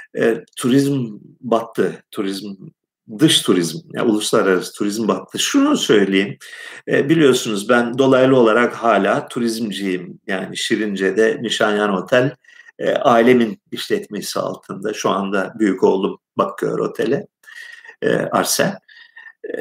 Speaker 1: E, turizm battı. Turizm, dış turizm, yani uluslararası turizm battı. Şunu söyleyeyim, e, biliyorsunuz ben dolaylı olarak hala turizmciyim. Yani Şirince'de Nişanyan Otel e, ailemin işletmesi altında. Şu anda büyük oğlum bakıyor otele, e, Arsen. E,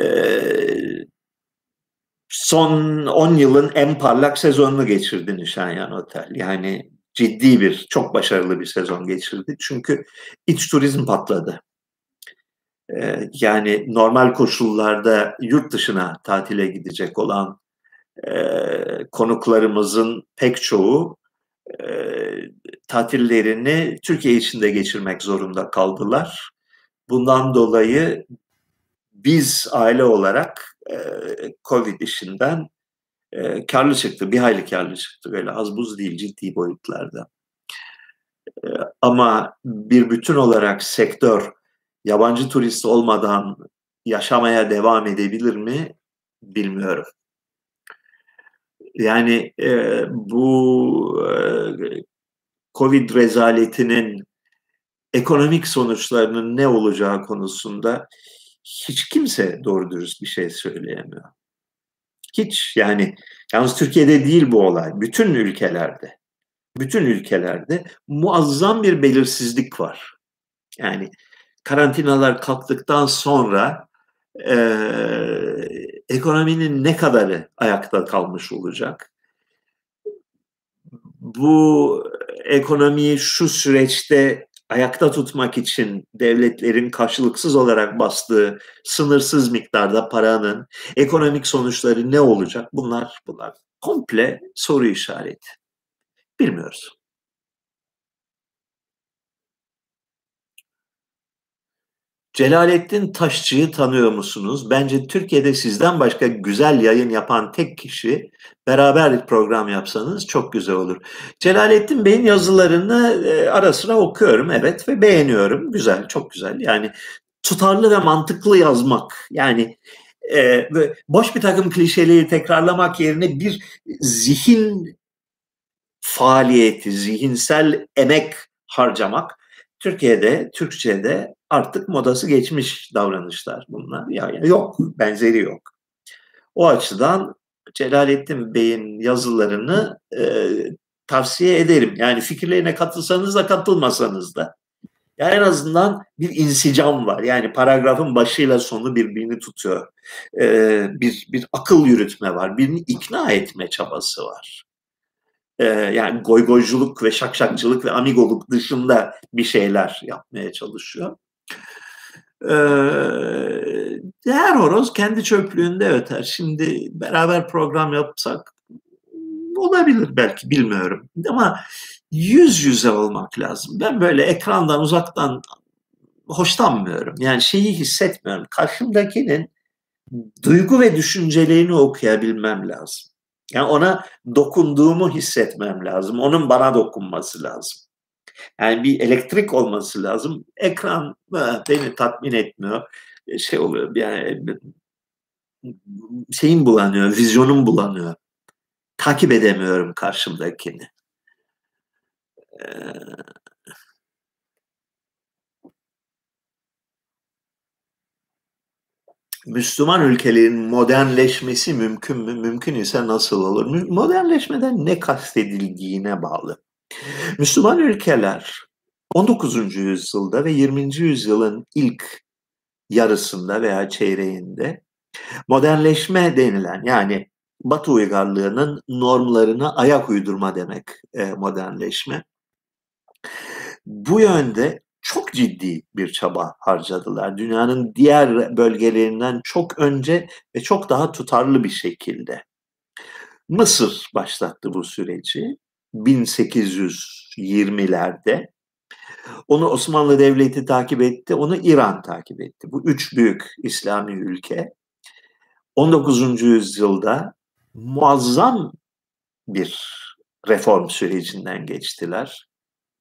Speaker 1: son on yılın en parlak sezonunu geçirdi Nişanyan Otel. Yani ciddi bir, çok başarılı bir sezon geçirdi. Çünkü iç turizm patladı. Ee, yani normal koşullarda yurt dışına tatile gidecek olan e, konuklarımızın pek çoğu e, tatillerini Türkiye içinde geçirmek zorunda kaldılar. Bundan dolayı biz aile olarak e, Covid işinden e, karlı çıktı, bir hayli karlı çıktı. Böyle az buz değil, ciddi boyutlarda. E, ama bir bütün olarak sektör yabancı turist olmadan yaşamaya devam edebilir mi bilmiyorum. Yani e, bu e, Covid rezaletinin ekonomik sonuçlarının ne olacağı konusunda hiç kimse doğru dürüst bir şey söyleyemiyor. Hiç, yani yalnız Türkiye'de değil bu olay, bütün ülkelerde, bütün ülkelerde muazzam bir belirsizlik var. Yani karantinalar kalktıktan sonra e, ekonominin ne kadarı ayakta kalmış olacak? Bu ekonomiyi şu süreçte ayakta tutmak için devletlerin karşılıksız olarak bastığı sınırsız miktarda paranın ekonomik sonuçları ne olacak? Bunlar bunlar komple soru işareti. Bilmiyoruz. Celalettin Taşçı'yı tanıyor musunuz? Bence Türkiye'de sizden başka güzel yayın yapan tek kişi. Beraber bir program yapsanız çok güzel olur. Celalettin Bey'in yazılarını e, ara sıra okuyorum, evet, ve beğeniyorum. Güzel, çok güzel. Yani tutarlı ve mantıklı yazmak. Yani e, boş bir takım klişeleri tekrarlamak yerine bir zihin faaliyeti, zihinsel emek harcamak. Türkiye'de, Türkçe'de artık modası geçmiş davranışlar bunlar. Yani yok, benzeri yok. O açıdan Celalettin Bey'in yazılarını e, tavsiye ederim. Yani fikirlerine katılsanız da katılmasanız da. Yani en azından bir insicam var. Yani paragrafın başıyla sonu birbirini tutuyor. Ee, bir, bir akıl yürütme var. Birini ikna etme çabası var. Ee, yani goygoyculuk ve şakşakçılık ve amigoluk dışında bir şeyler yapmaya çalışıyor. Ee, her horoz kendi çöplüğünde öter. Şimdi beraber program yapsak olabilir belki, bilmiyorum. Ama yüz yüze olmak lazım. Ben böyle ekrandan uzaktan hoşlanmıyorum. Yani şeyi hissetmiyorum. Karşımdakinin duygu ve düşüncelerini okuyabilmem lazım. Yani ona dokunduğumu hissetmem lazım. Onun bana dokunması lazım. Yani bir elektrik olması lazım. Ekran beni tatmin etmiyor. Şey oluyor, yani şeyim bulanıyor, vizyonum bulanıyor. Takip edemiyorum karşımdakini. Ee, Müslüman ülkelerin modernleşmesi mümkün mü? Mümkün ise nasıl olur? Modernleşmeden ne kastedildiğine bağlı. Müslüman ülkeler on dokuzuncu yüzyılda ve yirminci yüzyılın ilk yarısında veya çeyreğinde modernleşme denilen, yani Batı uygarlığının normlarına ayak uydurma demek e, modernleşme. Bu yönde çok ciddi bir çaba harcadılar. Dünyanın diğer bölgelerinden çok önce ve çok daha tutarlı bir şekilde. Mısır başlattı bu süreci bin sekiz yüz yirmilerde. Onu Osmanlı Devleti takip etti, onu İran takip etti. Bu üç büyük İslami ülke on dokuzuncu yüzyılda muazzam bir reform sürecinden geçtiler.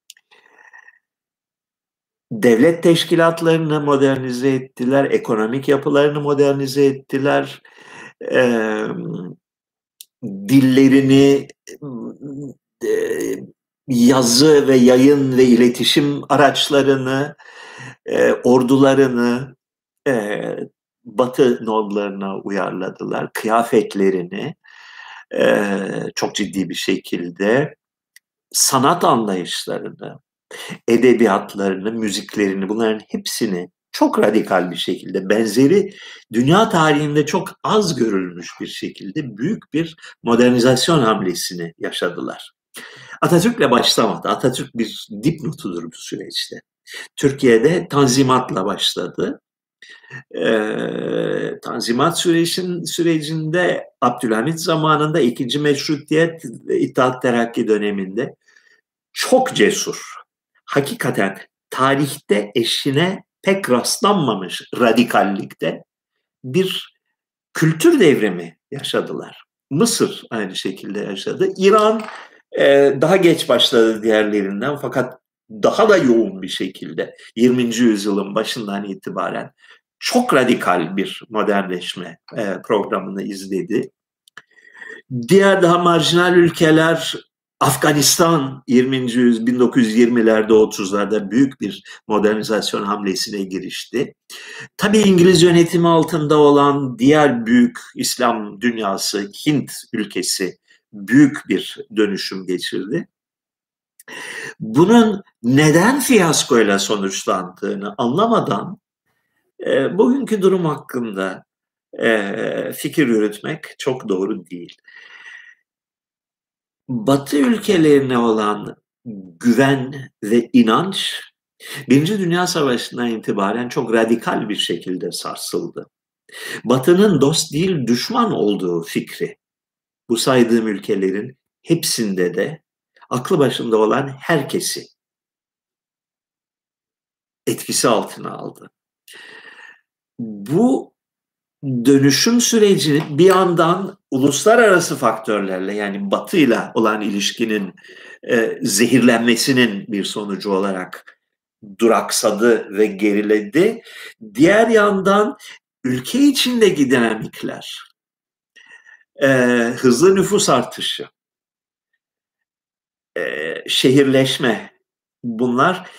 Speaker 1: Devlet teşkilatlarını modernize ettiler, ekonomik yapılarını modernize ettiler, e, dillerini, e, yazı ve yayın ve iletişim araçlarını, e, ordularını e, Batı normlarına uyarladılar. Kıyafetlerini e, çok ciddi bir şekilde, sanat anlayışlarını, edebiyatlarını, müziklerini, bunların hepsini çok radikal bir şekilde, benzeri dünya tarihinde çok az görülmüş bir şekilde büyük bir modernizasyon hamlesini yaşadılar. Atatürk'le başlamadı. Atatürk bir dipnotudur bu süreçte. Türkiye'de Tanzimat'la başladı. Ee, Tanzimat sürecin, sürecinde Abdülhamit zamanında ikinci Meşrutiyet ve İttihat Terakki döneminde çok cesur, hakikaten tarihte eşine pek rastlanmamış radikallikte bir kültür devrimi yaşadılar. Mısır aynı şekilde yaşadı. İran e, daha geç başladı diğerlerinden, fakat daha da yoğun bir şekilde yirminci yüzyılın başından itibaren çok radikal bir modernleşme e, programını izledi. Diğer daha marjinal ülkeler, Afganistan yirminci yüzyıl bin dokuz yüz yirmilerde otuzlarda büyük bir modernizasyon hamlesine girişti. Tabii İngiliz yönetimi altında olan diğer büyük İslam dünyası, Hint ülkesi büyük bir dönüşüm geçirdi. Bunun neden fiyaskoyla sonuçlandığını anlamadan e, bugünkü durum hakkında e, fikir yürütmek çok doğru değil. Batı ülkelerine olan güven ve inanç Birinci Dünya Savaşı'ndan itibaren çok radikal bir şekilde sarsıldı. Batı'nın dost değil düşman olduğu fikri bu saydığım ülkelerin hepsinde de aklı başında olan herkesi etkisi altına aldı. Bu dönüşüm sürecini bir yandan uluslararası faktörlerle, yani Batı'yla olan ilişkinin e, zehirlenmesinin bir sonucu olarak duraksadı ve geriledi. Diğer yandan ülke içindeki dinamikler, e, hızlı nüfus artışı, e, şehirleşme, bunlar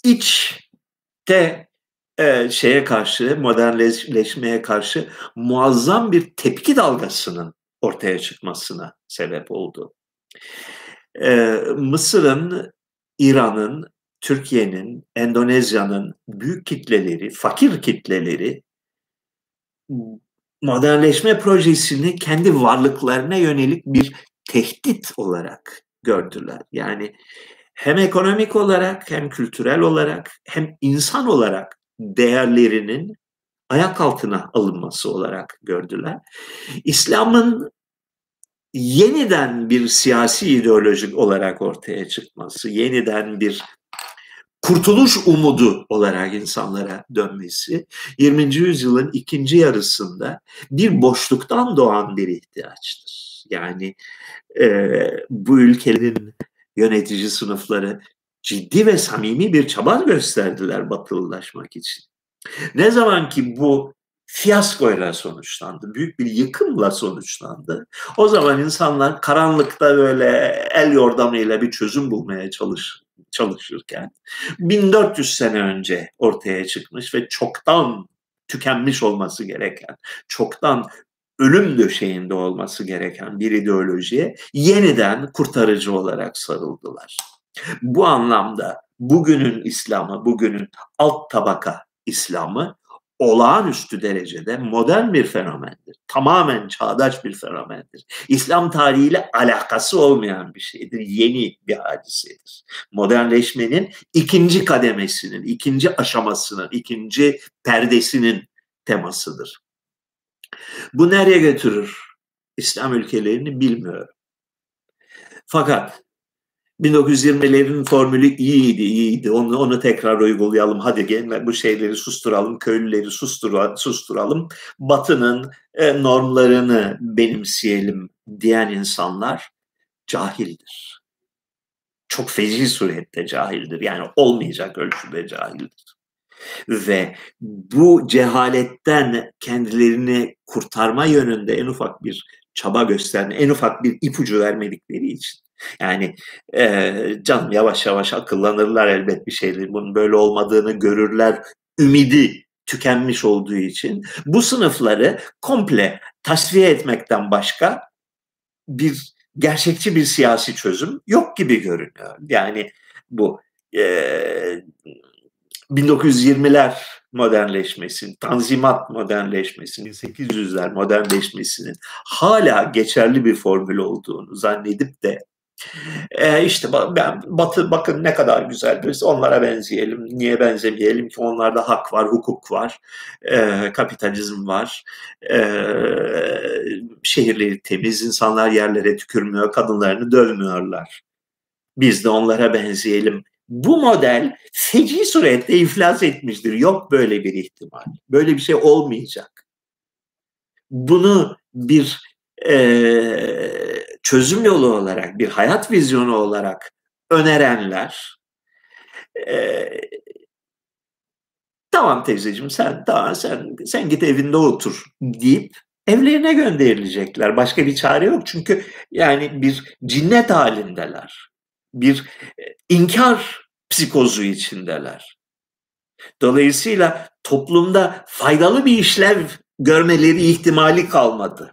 Speaker 1: içte e, şeye karşı, modernleşmeye karşı muazzam bir tepki dalgasının ortaya çıkmasına sebep oldu. E, Mısır'ın, İran'ın, Türkiye'nin, Endonezya'nın büyük kitleleri, fakir kitleleri modernleşme projesini kendi varlıklarına yönelik bir tehdit olarak gördüler. Yani hem ekonomik olarak, hem kültürel olarak, hem insan olarak değerlerinin ayak altına alınması olarak gördüler. İslam'ın yeniden bir siyasi ideolojik olarak ortaya çıkması, yeniden bir kurtuluş umudu olarak insanlara dönmesi, yirminci yüzyılın ikinci yarısında bir boşluktan doğan bir ihtiyaçtır. Yani e, bu ülkelerin yönetici sınıfları ciddi ve samimi bir çaba gösterdiler batılılaşmak için. Ne zaman ki bu fiyaskoyla sonuçlandı, büyük bir yıkımla sonuçlandı, o zaman insanlar karanlıkta böyle el yordamıyla bir çözüm bulmaya çalış, çalışırken bin dört yüz sene önce ortaya çıkmış ve çoktan tükenmiş olması gereken, çoktan ölüm döşeğinde olması gereken bir ideolojiye yeniden kurtarıcı olarak sarıldılar. Bu anlamda bugünün İslam'ı, bugünün alt tabaka İslam'ı olağanüstü derecede modern bir fenomendir. Tamamen çağdaş bir fenomendir. İslam tarihiyle alakası olmayan bir şeydir. Yeni bir hadisedir. Modernleşmenin ikinci kademesinin, ikinci aşamasının, ikinci perdesinin temasıdır. Bu nereye götürür İslam ülkelerini bilmiyorum. Fakat bin dokuz yüz yirmilerin formülü iyiydi, iyiydi. Onu, onu tekrar uygulayalım. Hadi gelin bu şeyleri susturalım, köylüleri sustur, susturalım. Batı'nın e, normlarını benimseyelim diyen insanlar cahildir. Çok feci surette cahildir. Yani olmayacak ölçüde cahildir. Ve bu cehaletten kendilerini kurtarma yönünde en ufak bir çaba gösterme, en ufak bir ipucu vermedikleri için Yani e, canım yavaş yavaş akıllanırlar elbet bir şeyleri, bunun böyle olmadığını görürler, ümidi tükenmiş olduğu için bu sınıfları komple tasfiye etmekten başka bir gerçekçi bir siyasi çözüm yok gibi görünüyor. Yani bu e, bin dokuz yüz yirmiler modernleşmesinin, Tanzimat modernleşmesinin, bin sekiz yüzler modernleşmesinin hala geçerli bir formül olduğunu zannedip de e işte ben Batı bakın ne kadar güzel, biz onlara benzeyelim, niye benzemeyelim ki, onlarda hak var, hukuk var, e, kapitalizm var, e, şehirleri temiz, insanlar yerlere tükürmüyor, kadınlarını dövmüyorlar. Biz de onlara benzeyelim. Bu model feci surette iflas etmiştir. Yok böyle bir ihtimal. Böyle bir şey olmayacak. Bunu bir e, çözüm yolu olarak, bir hayat vizyonu olarak önerenler, e, tamam teyzeciğim sen tamam sen sen git evinde otur deyip evlerine gönderilecekler. Başka bir çare yok çünkü yani bir cinnet halindeler. Bir inkar psikozu içindeler. Dolayısıyla toplumda faydalı bir işlev görmeleri ihtimali kalmadı.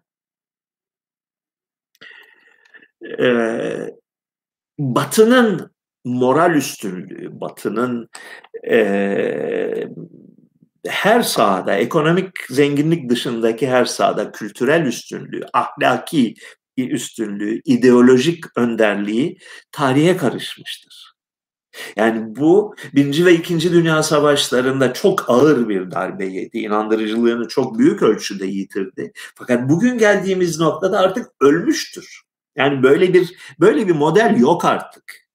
Speaker 1: Ee, Batı'nın moral üstünlüğü, Batı'nın e, her sahada, ekonomik zenginlik dışındaki her sahada kültürel üstünlüğü, ahlaki üstünlüğü, ideolojik önderliği tarihe karışmıştır. Yani bu Birinci ve İkinci Dünya Savaşları'nda çok ağır bir darbe yedi. İnandırıcılığını çok büyük ölçüde yitirdi. Fakat bugün geldiğimiz noktada artık ölmüştür. Yani böyle bir böyle bir model yok artık.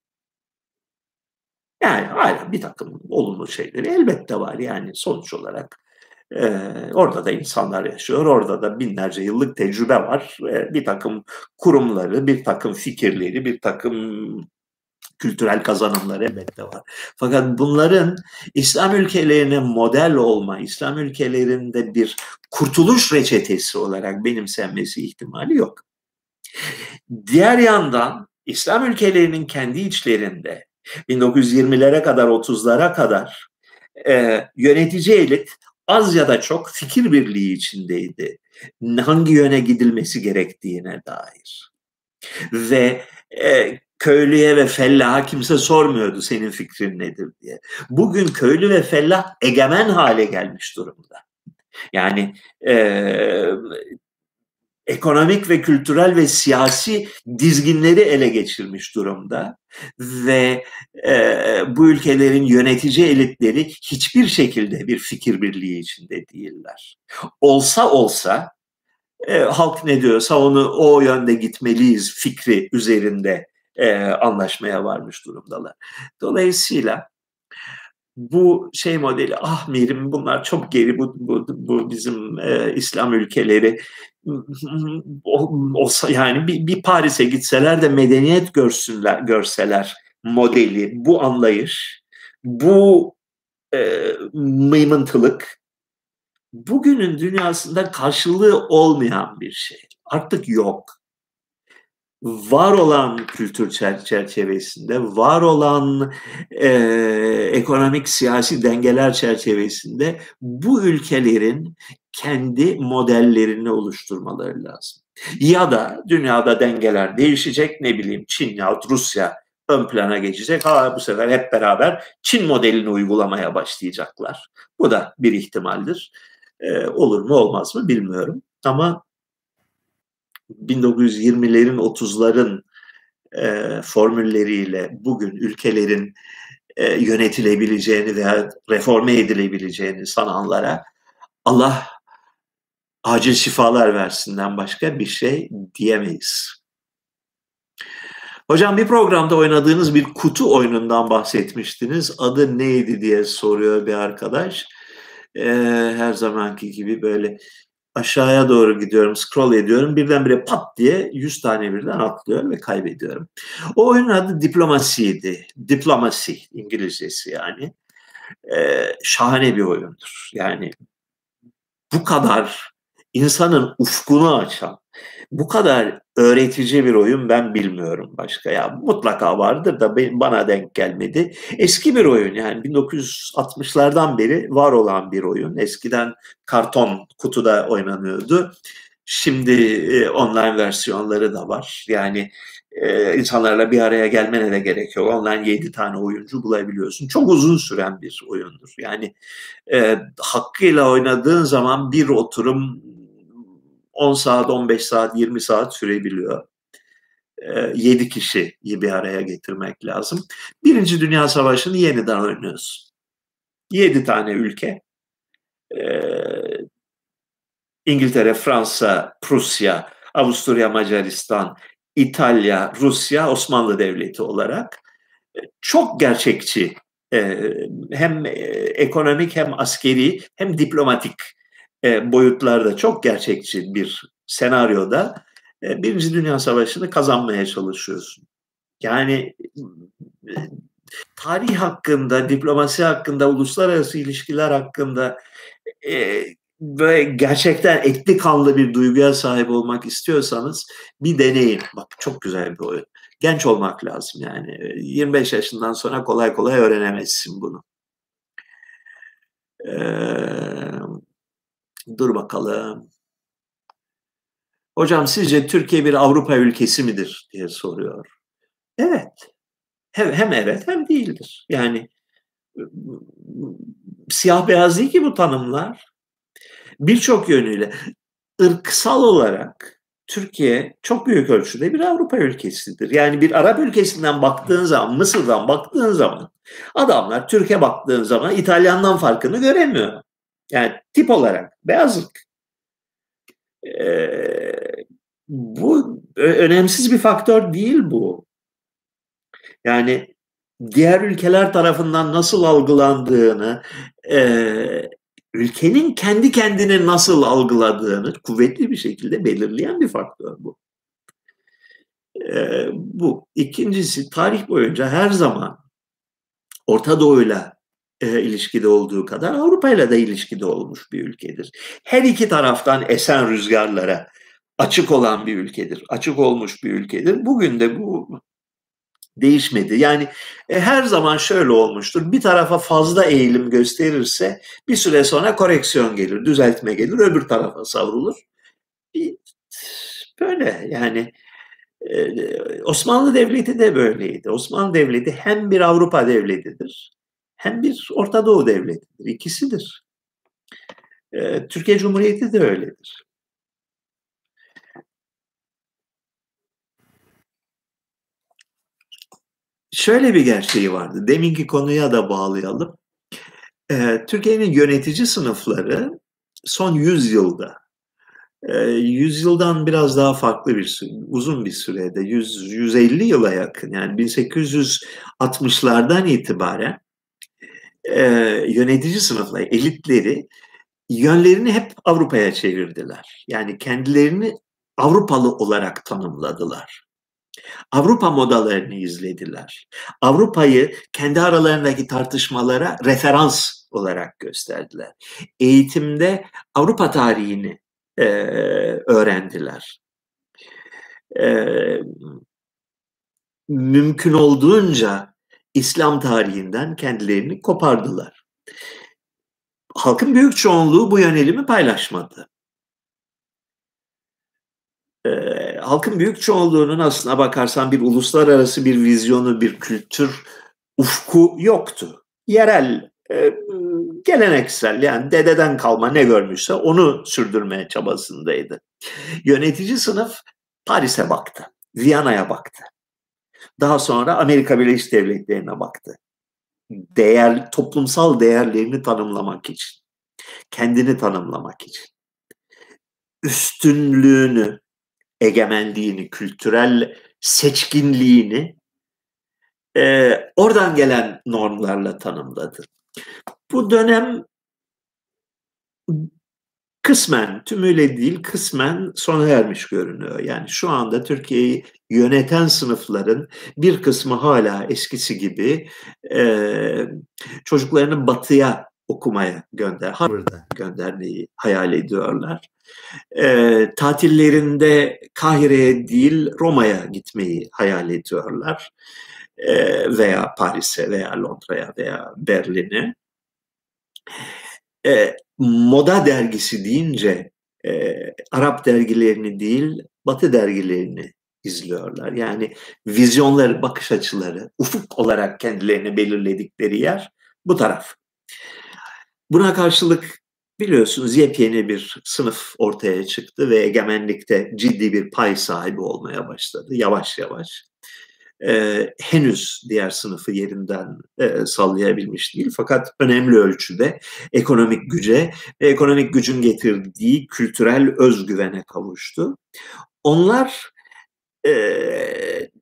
Speaker 1: Yani hala bir takım olumlu şeyleri elbette var. Yani sonuç olarak e, orada da insanlar yaşıyor. Orada da binlerce yıllık tecrübe var. E, bir takım kurumları, bir takım fikirleri, bir takım kültürel kazanımlar elbette var. Fakat bunların İslam ülkelerine model olma, İslam ülkelerinde bir kurtuluş reçetesi olarak benimsenmesi ihtimali yok. Diğer yandan İslam ülkelerinin kendi içlerinde bin dokuz yüz yirmilere kadar, otuzlara kadar e, yönetici elit az ya da çok fikir birliği içindeydi. Hangi yöne gidilmesi gerektiğine dair. Ve e, köylüye ve fellaha kimse sormuyordu senin fikrin nedir diye. Bugün köylü ve fellah egemen hale gelmiş durumda. Yani e, ekonomik ve kültürel ve siyasi dizginleri ele geçirmiş durumda ve e, bu ülkelerin yönetici elitleri hiçbir şekilde bir fikir birliği içinde değiller. Olsa olsa e, halk ne diyorsa onu o yönde gitmeliyiz fikri üzerinde e, anlaşmaya varmış durumdalar. Dolayısıyla bu şey modeli, ah Mirim bunlar çok geri, bu, bu, bu bizim e, İslam ülkeleri olsa yani bir, bir Paris'e gitseler de medeniyet görsünler, görseler modeli, bu anlayış, bu e, mıymıntılık bugünün dünyasında karşılığı olmayan bir şey. Artık yok. Var olan kültür çerçevesinde, var olan e, ekonomik siyasi dengeler çerçevesinde bu ülkelerin kendi modellerini oluşturmaları lazım. Ya da dünyada dengeler değişecek, ne bileyim Çin yahut Rusya ön plana geçecek. Ha bu sefer hep beraber Çin modelini uygulamaya başlayacaklar. Bu da bir ihtimaldir. E, olur mu olmaz mı bilmiyorum. Ama bin dokuz yüz yirmilerin otuzların e, formülleriyle bugün ülkelerin e, yönetilebileceğini veya reforme edilebileceğini sananlara Allah acil şifalar versinden başka bir şey diyemeyiz. Hocam bir programda oynadığınız bir kutu oyunundan bahsetmiştiniz. Adı neydi diye soruyor bir arkadaş. Ee, her zamanki gibi böyle aşağıya doğru gidiyorum, scroll ediyorum. Birdenbire pat diye yüz tane birden atlıyorum ve kaybediyorum. O oyunun adı Diplomacy'ydi. Diplomacy İngilizcesi yani. Ee, şahane bir oyundur. Yani bu kadar insanın ufkunu açan, bu kadar öğretici bir oyun ben bilmiyorum başka. Ya mutlaka vardır da bana denk gelmedi. Eski bir oyun, yani bin dokuz yüz altmışlardan beri var olan bir oyun. Eskiden karton kutuda oynanıyordu. Şimdi e, online versiyonları da var. Yani e, insanlarla bir araya gelmene de gerek yok. Online yedi tane oyuncu bulabiliyorsun. Çok uzun süren bir oyundur. Yani e, hakkıyla oynadığın zaman bir oturum on saat, on beş saat, yirmi saat sürebiliyor. E, yedi kişiyi bir araya getirmek lazım. Birinci Dünya Savaşı'nı yeniden oynuyorsun. Yedi tane ülke. E, İngiltere, Fransa, Prusya, Avusturya, Macaristan, İtalya, Rusya, Osmanlı Devleti olarak çok gerçekçi, hem ekonomik hem askeri hem diplomatik boyutlarda çok gerçekçi bir senaryoda Birinci Dünya Savaşı'nı kazanmaya çalışıyorsun. Yani tarih hakkında, diplomasi hakkında, uluslararası ilişkiler hakkında e, böyle gerçekten etli kanlı bir duyguya sahip olmak istiyorsanız bir deneyin. Bak çok güzel bir oyun. Genç olmak lazım yani. yirmi beş yaşından sonra kolay kolay öğrenemezsin bunu. Ee, dur bakalım. Hocam sizce Türkiye bir Avrupa ülkesi midir diye soruyor. Evet. Hem, hem evet hem değildir. Yani siyah beyaz değil ki bu tanımlar. Birçok yönüyle ırksal olarak Türkiye çok büyük ölçüde bir Avrupa ülkesidir. Yani bir Arap ülkesinden baktığın zaman, Mısır'dan baktığın zaman adamlar Türkiye baktığın zaman İtalyan'dan farkını göremiyor. Yani tip olarak beyazlık. Ee, bu önemsiz bir faktör değil bu. Yani diğer ülkeler tarafından nasıl algılandığını, e, ülkenin kendi kendini nasıl algıladığını kuvvetli bir şekilde belirleyen bir faktör bu. E, bu. İkincisi, tarih boyunca her zaman Orta Doğu'yla e, ilişkide olduğu kadar Avrupa'yla da ilişkide olmuş bir ülkedir. Her iki taraftan esen rüzgarlara açık olan bir ülkedir. Açık olmuş bir ülkedir. Bugün de bu değişmedi. Yani e, her zaman şöyle olmuştur. Bir tarafa fazla eğilim gösterirse bir süre sonra koreksiyon gelir, düzeltme gelir, öbür tarafa savrulur. Böyle yani e, Osmanlı Devleti de böyleydi. Osmanlı Devleti hem bir Avrupa devletidir hem bir Orta Doğu devletidir. İkisidir. E, Türkiye Cumhuriyeti de öyledir. Şöyle bir gerçeği vardı. Deminki konuya da bağlayalım. Ee, Türkiye'nin yönetici sınıfları son yüz yılda, e, yüz yıldan biraz daha farklı bir süre, uzun bir sürede, yüz yüz elli yıla yakın, yani bin sekiz yüz altmışlardan itibaren e, yönetici sınıfları, elitleri yönlerini hep Avrupa'ya çevirdiler. Yani kendilerini Avrupalı olarak tanımladılar. Avrupa modalarını izlediler. Avrupa'yı kendi aralarındaki tartışmalara referans olarak gösterdiler. Eğitimde Avrupa tarihini e, öğrendiler. E, mümkün olduğunca İslam tarihinden kendilerini kopardılar. Halkın büyük çoğunluğu bu yönelimi paylaşmadı. E, halkın büyük çoğunluğunun aslına bakarsan bir uluslararası bir vizyonu, bir kültür ufku yoktu. Yerel, e, geleneksel, yani dededen kalma ne görmüşse onu sürdürmeye çabasındaydı. Yönetici sınıf Paris'e baktı, Viyana'ya baktı. Daha sonra Amerika Birleşik Devletleri'ne baktı. Değer, toplumsal değerlerini tanımlamak için, kendini tanımlamak için. Üstünlüğünü, egemenliğini, kültürel seçkinliğini e, oradan gelen normlarla tanımladı. Bu dönem kısmen, tümüyle değil, kısmen sona ermiş görünüyor. Yani şu anda Türkiye'yi yöneten sınıfların bir kısmı hala eskisi gibi e, çocuklarını batıya okumaya gönder, Harvard'a göndermeyi hayal ediyorlar. E, tatillerinde Kahire'ye değil Roma'ya gitmeyi hayal ediyorlar. E, veya Paris'e veya Londra'ya veya Berlin'e. E, moda dergisi deyince e, Arap dergilerini değil Batı dergilerini izliyorlar. Yani vizyonları, bakış açıları, ufuk olarak kendilerini belirledikleri yer bu taraf. Buna karşılık biliyorsunuz yepyeni bir sınıf ortaya çıktı ve egemenlikte ciddi bir pay sahibi olmaya başladı yavaş yavaş. Ee, henüz diğer sınıfı yerinden e, sallayabilmiş değil. Fakat önemli ölçüde ekonomik güce ve ekonomik gücün getirdiği kültürel özgüvene kavuştu. Onlar e,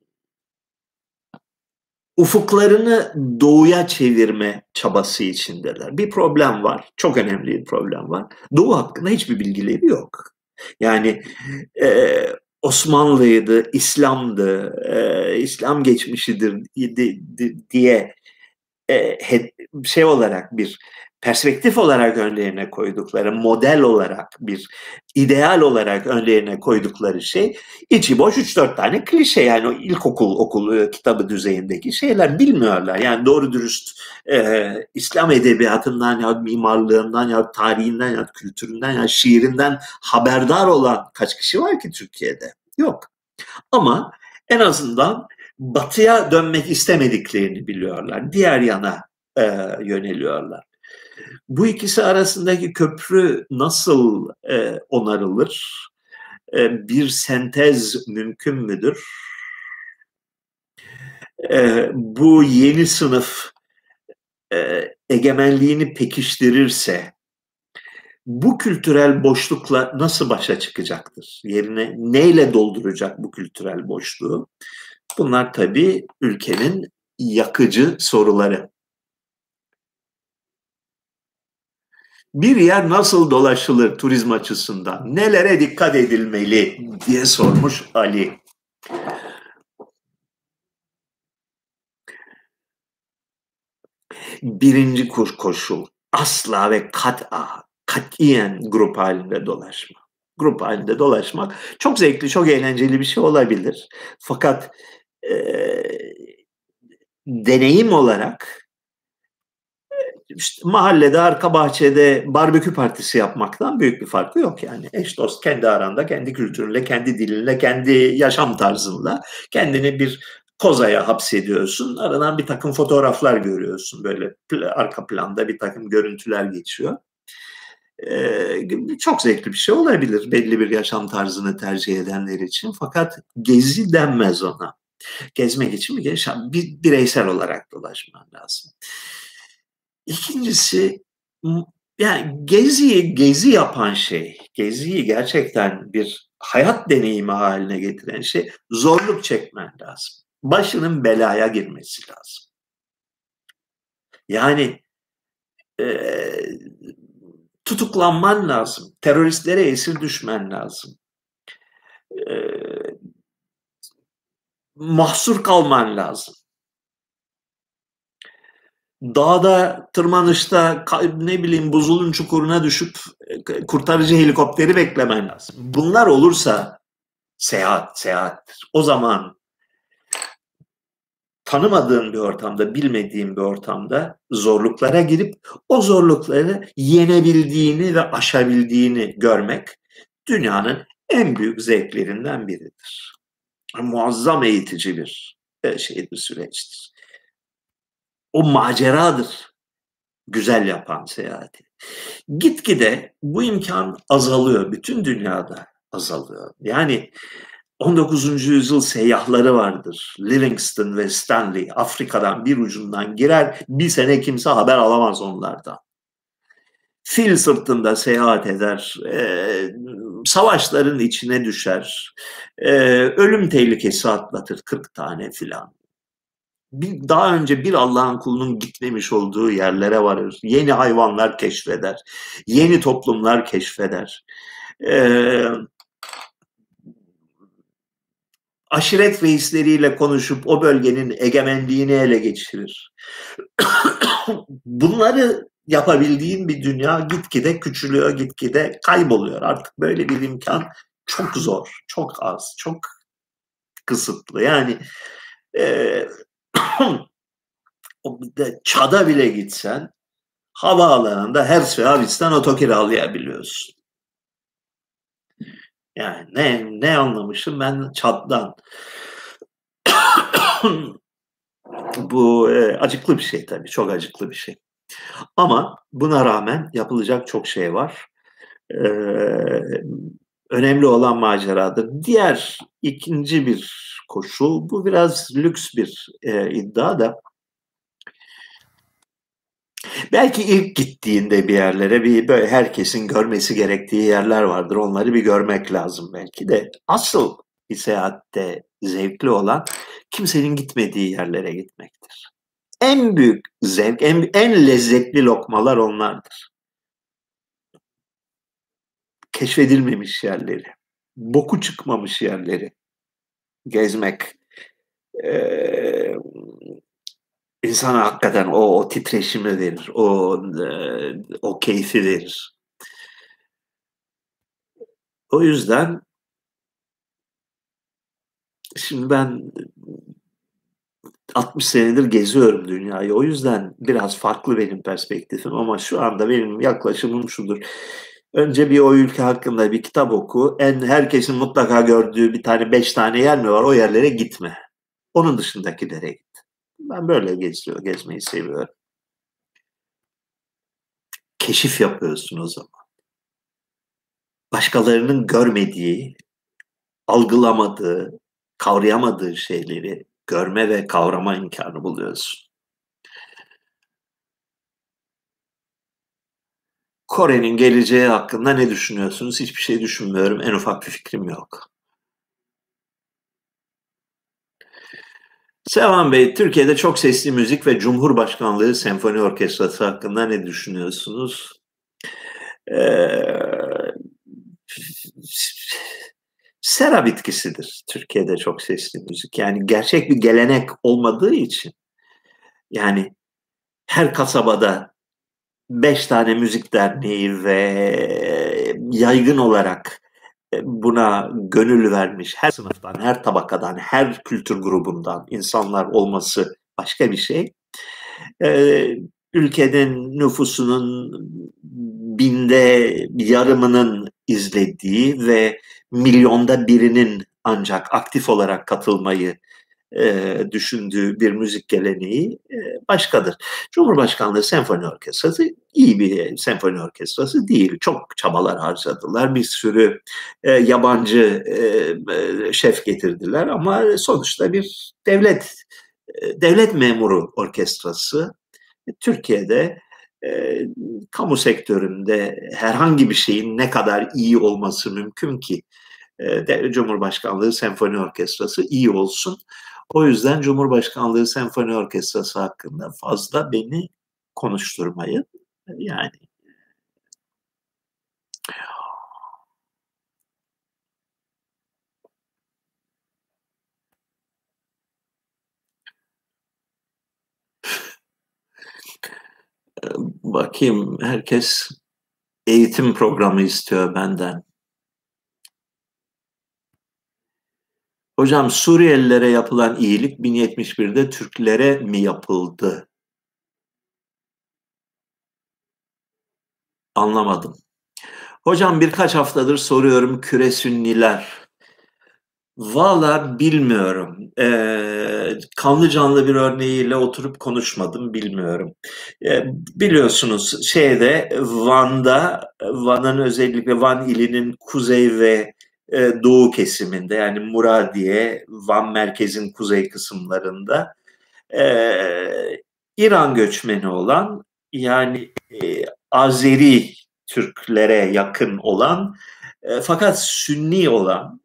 Speaker 1: ufuklarını doğuya çevirme çabası içindeler. Bir problem var, çok önemli bir problem var. Doğu hakkında hiçbir bilgileri yok. Yani e, Osmanlıydı, İslam'dı, e, İslam geçmişidir diye e, şey olarak bir perspektif olarak önlerine koydukları, model olarak bir ideal olarak önlerine koydukları şey içi boş üç dört tane klişe, yani o ilkokul okulu kitabı düzeyindeki şeyler, bilmiyorlar. Yani doğru dürüst e, İslam edebiyatından ya mimarlığından ya tarihinden ya kültüründen ya şiirinden haberdar olan kaç kişi var ki Türkiye'de? Yok. Ama en azından batıya dönmek istemediklerini biliyorlar. Diğer yana e, yöneliyorlar. Bu ikisi arasındaki köprü nasıl e, onarılır? E, bir sentez mümkün müdür? E, bu yeni sınıf e, egemenliğini pekiştirirse bu kültürel boşlukla nasıl başa çıkacaktır? Yerine neyle dolduracak bu kültürel boşluğu? Bunlar tabii ülkenin yakıcı soruları. Bir yer nasıl dolaşılır turizm açısından? Nelere dikkat edilmeli diye sormuş Ali. Birinci koşul, asla ve kat'a, katiyen grup halinde dolaşma. Grup halinde dolaşmak çok zevkli, çok eğlenceli bir şey olabilir. Fakat e, deneyim olarak İşte mahallede, arka bahçede barbekü partisi yapmaktan büyük bir farkı yok yani. Eş dost kendi aranda, kendi kültürünle, kendi dilinle, kendi yaşam tarzınla kendini bir kozaya hapsediyorsun. Aradan bir takım fotoğraflar görüyorsun. Böyle arka planda bir takım görüntüler geçiyor. Ee, çok zevkli bir şey olabilir belli bir yaşam tarzını tercih edenler için. Fakat gezi denmez ona. Gezmek için bir, yaşam, bir bireysel olarak dolaşman lazım. İkincisi, yani geziyi gezi yapan şey, geziyi gerçekten bir hayat deneyimi haline getiren şey, zorluk çekmen lazım. Başının belaya girmesi lazım. Yani e, tutuklanman lazım, teröristlere esir düşmen lazım, e, mahsur kalman lazım. Dağda, tırmanışta, ne bileyim buzulun çukuruna düşüp kurtarıcı helikopteri beklemen lazım. Bunlar olursa seyahat, seyahattir. O zaman tanımadığın bir ortamda, bilmediğin bir ortamda zorluklara girip o zorlukları yenebildiğini ve aşabildiğini görmek dünyanın en büyük zevklerinden biridir. Muazzam eğitici bir şeydir, süreçtir. O maceradır güzel yapan seyahati. Gitgide bu imkan azalıyor. Bütün dünyada azalıyor. Yani on dokuzuncu yüzyıl seyyahları vardır. Livingston ve Stanley Afrika'dan bir ucundan girer, bir sene kimse haber alamaz onlardan. Fil sırtında seyahat eder, e, savaşların içine düşer, e, ölüm tehlikesi atlatır kırk tane filan. Bir, daha önce bir Allah'ın kulunun gitmemiş olduğu yerlere varır. Yeni hayvanlar keşfeder. Yeni toplumlar keşfeder. Ee, aşiret reisleriyle konuşup o bölgenin egemenliğini ele geçirir. Bunları yapabildiğin bir dünya gitgide küçülüyor, gitgide kayboluyor. Artık böyle bir imkan çok zor, çok az, çok kısıtlı. Yani e, o de, Çad'a bile gitsen havaalanında her ve Havis'ten oto kiralayabiliyorsun. Yani ne ne anlamışım ben Çad'dan. Bu e, acıklı bir şey tabii, çok acıklı bir şey. Ama buna rağmen yapılacak çok şey var. Ee, önemli olan maceradır. Diğer ikinci bir koşul, bu biraz lüks bir e, iddia da. Belki ilk gittiğinde bir yerlere bir böyle herkesin görmesi gerektiği yerler vardır. Onları bir görmek lazım belki de. Asıl bir seyahatte zevkli olan kimsenin gitmediği yerlere gitmektir. En büyük zevk, en, en lezzetli lokmalar onlardır. Keşfedilmemiş yerleri, boku çıkmamış yerleri gezmek e, insana hakikaten o, o titreşimi verir, o e, o keyfi verir. O yüzden şimdi ben altmış senedir geziyorum dünyayı. O yüzden biraz farklı benim perspektifim ama şu anda benim yaklaşımım şudur. Önce bir o ülke hakkında bir kitap oku. En herkesin mutlaka gördüğü bir tane beş tane yer mi var? O yerlere gitme. Onun dışındakilere git. Ben böyle geziyor, gezmeyi seviyorum. Keşif yapıyorsun o zaman. Başkalarının görmediği, algılamadığı, kavrayamadığı şeyleri görme ve kavrama imkanı buluyorsun. Kore'nin geleceği hakkında ne düşünüyorsunuz? Hiçbir şey düşünmüyorum. En ufak bir fikrim yok. Sevan Bey, Türkiye'de çok sesli müzik ve Cumhurbaşkanlığı Senfoni Orkestrası hakkında ne düşünüyorsunuz? Ee, sera bitkisidir Türkiye'de çok sesli müzik. Yani gerçek bir gelenek olmadığı için, yani her kasabada beş tane müzik derneği ve yaygın olarak buna gönül vermiş her sınıftan, her tabakadan, her kültür grubundan insanlar olması başka bir şey. Ee, ülkenin nüfusunun binde yarımının izlediği ve milyonda birinin ancak aktif olarak katılmayı e, düşündüğü bir müzik geleneği e, başkadır. Cumhurbaşkanlığı Senfoni Orkestrası iyi bir senfoni orkestrası değil. Çok çabalar harcadılar. Bir sürü e, yabancı e, e, şef getirdiler ama sonuçta bir devlet e, devlet memuru orkestrası. Türkiye'de e, kamu sektöründe herhangi bir şeyin ne kadar iyi olması mümkün ki e, Cumhurbaşkanlığı Senfoni Orkestrası iyi olsun. O yüzden Cumhurbaşkanlığı Senfoni Orkestrası hakkında fazla beni konuşturmayın. Yani bakayım, herkes eğitim programı istiyor benden. Hocam, Suriyelilere yapılan iyilik bin yetmiş birde Türklere mi yapıldı? Anlamadım. Hocam, birkaç haftadır soruyorum, küre sünniler. Valla bilmiyorum. Ee, kanlı canlı bir örneğiyle oturup konuşmadım, bilmiyorum. Ee, biliyorsunuz şeyde Van'da, Van'ın özellikle Van ilinin kuzey ve e, doğu kesiminde, yani Muradiye, Van merkezin kuzey kısımlarında e, İran göçmeni olan, yani e, Azeri Türklere yakın olan e, fakat Sünni olan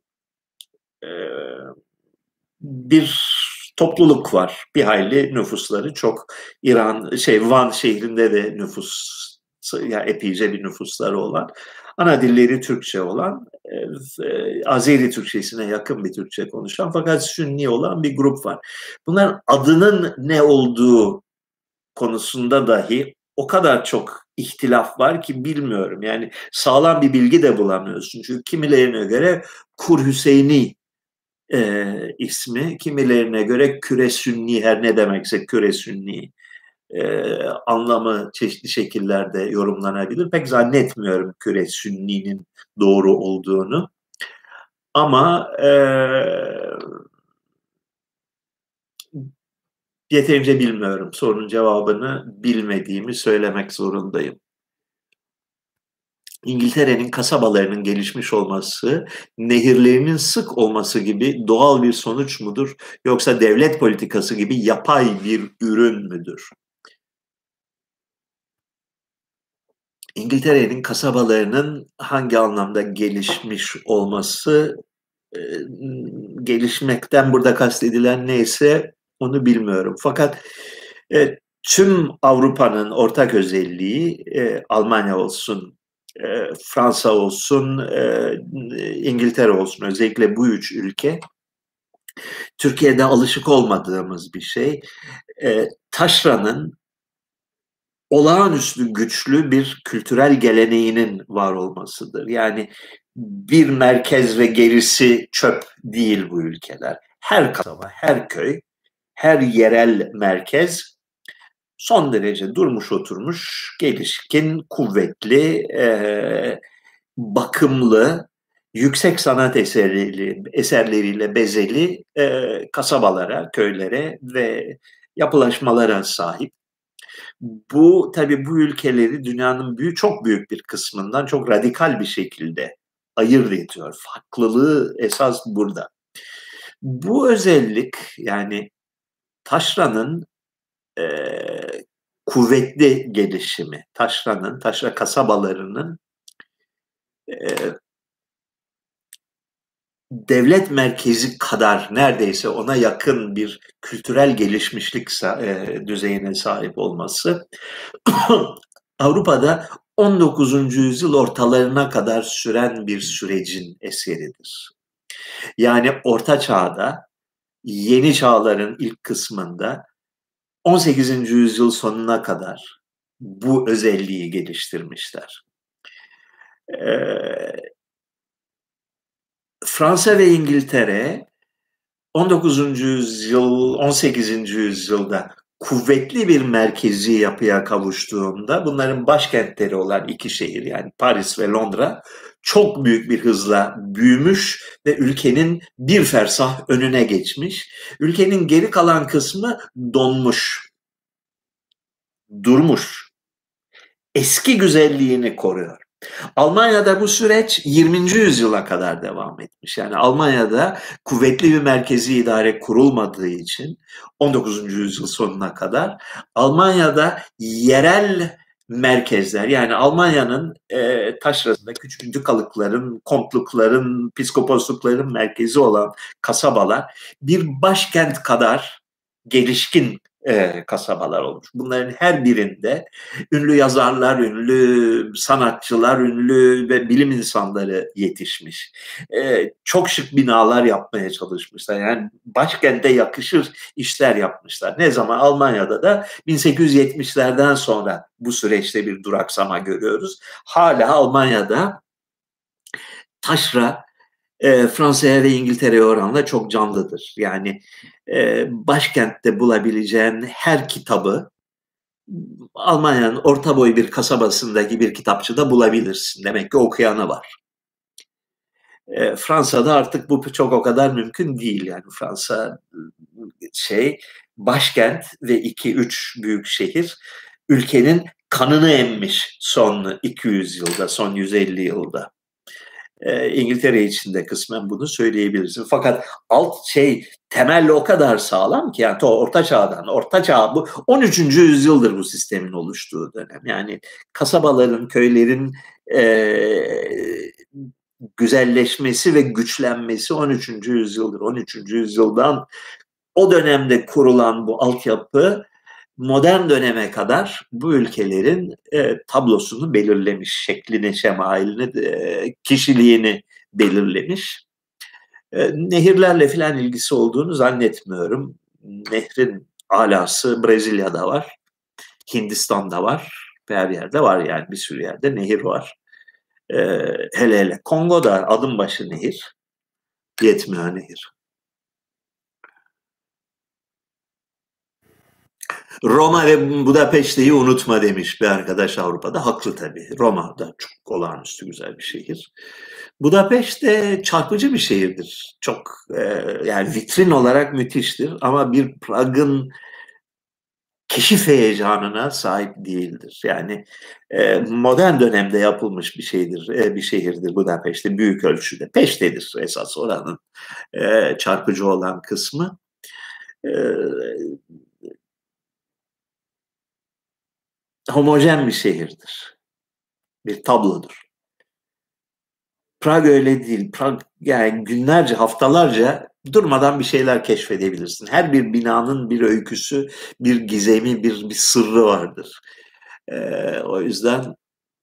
Speaker 1: bir topluluk var. Bir hayli nüfusları çok. İran şey Van şehrinde de nüfus, yani epeyce bir nüfusları olan, ana dilleri Türkçe olan, e, Azeri Türkçesine yakın bir Türkçe konuşan fakat Sünni olan bir grup var. Bunların adının ne olduğu konusunda dahi o kadar çok ihtilaf var ki bilmiyorum. Yani sağlam bir bilgi de bulamıyorsun. Çünkü kimilerine göre Kur Hüseyni e, ismi, kimilerine göre Küre Sünni, her ne demekse Küre Sünni e, anlamı çeşitli şekillerde yorumlanabilir. Pek zannetmiyorum Küre Sünni'nin doğru olduğunu. Ama e, yeterince bilmiyorum. Sorunun cevabını bilmediğimi söylemek zorundayım. İngiltere'nin kasabalarının gelişmiş olması, nehirlerinin sık olması gibi doğal bir sonuç mudur? Yoksa devlet politikası gibi yapay bir ürün müdür? İngiltere'nin kasabalarının hangi anlamda gelişmiş olması, e, gelişmekten burada kastedilen neyse onu bilmiyorum. Fakat e, tüm Avrupa'nın ortak özelliği, e, Almanya olsun, e, Fransa olsun, e, İngiltere olsun, özellikle bu üç ülke, Türkiye'de alışık olmadığımız bir şey. E, taşranın olağanüstü güçlü bir kültürel geleneğinin var olmasıdır. Yani bir merkez ve gerisi çöp değil bu ülkeler. Her kasaba, her köy, her yerel merkez son derece durmuş oturmuş, gelişkin, kuvvetli, e, bakımlı, yüksek sanat eserleri, eserleriyle bezeli e, kasabalara, köylere ve yapılaşmalara sahip. Bu tabii bu ülkeleri dünyanın büyük, çok büyük bir kısmından çok radikal bir şekilde ayırt ediyor. Farklılığı esas burada. Bu özellik, yani taşranın e, kuvvetli gelişimi, taşranın, taşra kasabalarının e, devlet merkezi kadar, neredeyse ona yakın bir kültürel gelişmişlik e, düzeyine sahip olması Avrupa'da on dokuzuncu yüzyıl ortalarına kadar süren bir sürecin eseridir. Yani Orta Çağ'da, Yeni Çağların ilk kısmında on sekizinci yüzyıl sonuna kadar bu özelliği geliştirmişler. Ee, Fransa ve İngiltere on dokuzuncu yüzyıl, on sekizinci yüzyılda kuvvetli bir merkezi yapıya kavuştuğunda bunların başkentleri olan iki şehir, yani Paris ve Londra, çok büyük bir hızla büyümüş ve ülkenin bir fersah önüne geçmiş. Ülkenin geri kalan kısmı donmuş, durmuş, eski güzelliğini koruyor. Almanya'da bu süreç yirminci yüzyıla kadar devam etmiş. Yani Almanya'da kuvvetli bir merkezi idare kurulmadığı için on dokuzuncu yüzyıl sonuna kadar Almanya'da yerel merkezler, yani Almanya'nın e, taşrasında küçük dükalıkların, kontlukların, piskoposlukların merkezi olan kasabalar bir başkent kadar gelişkin e, kasabalar olmuş. Bunların her birinde ünlü yazarlar, ünlü sanatçılar, ünlü ve bilim insanları yetişmiş. E, çok şık binalar yapmaya çalışmışlar. Yani başkente yakışır işler yapmışlar. Ne zaman? Almanya'da da bin sekiz yüz yetmişlerden sonra bu süreçte bir duraksama görüyoruz. Hala Almanya'da taşra e, Fransa'ya ve İngiltere'ye oranla çok canlıdır. Yani e, başkentte bulabileceğin her kitabı Almanya'nın orta boy bir kasabasındaki bir kitapçıda bulabilirsin. Demek ki okuyanı var. E, Fransa'da artık bu çok o kadar mümkün değil. Yani Fransa şey başkent ve iki üç büyük şehir ülkenin kanını emmiş son iki yüz yılda, son yüz elli yılda. E, İngiltere için de kısmen bunu söyleyebilirsin. Fakat alt şey temelli o kadar sağlam ki, yani Orta Çağ'dan, Orta Çağ bu on üçüncü yüzyıldır bu sistemin oluştuğu dönem. Yani kasabaların, köylerin e, güzelleşmesi ve güçlenmesi on üçüncü yüzyıldır. on üçüncü yüzyıldan o dönemde kurulan bu altyapı modern döneme kadar bu ülkelerin e, tablosunu belirlemiş, şeklini, şemailini, e, kişiliğini belirlemiş. E, nehirlerle filan ilgisi olduğunu zannetmiyorum. Nehrin alası Brezilya'da var, Hindistan'da var, Her yerde var yani bir sürü yerde nehir var. Eee, hele hele Kongo'da adım başı nehir, yetmiyor nehir. Roma ve Budapeşte'yi unutma demiş bir arkadaş Avrupa'da. Haklı tabii. Roma da çok olağanüstü güzel bir şehir. Budapeşte de çarpıcı bir şehirdir. Çok e, yani vitrin olarak müthiştir ama bir Prag'ın keşif heyecanına sahip değildir. Yani e, modern dönemde yapılmış bir şeydir, e, bir şehirdir Budapeşte büyük ölçüde. Peşte'dir esas oranın e, çarpıcı olan kısmı. E, homojen bir şehirdir. Bir tablodur. Prag öyle değil. Prag yani günlerce, haftalarca durmadan bir şeyler keşfedebilirsin. Her bir binanın bir öyküsü, bir gizemi, bir, bir sırrı vardır. Ee, o yüzden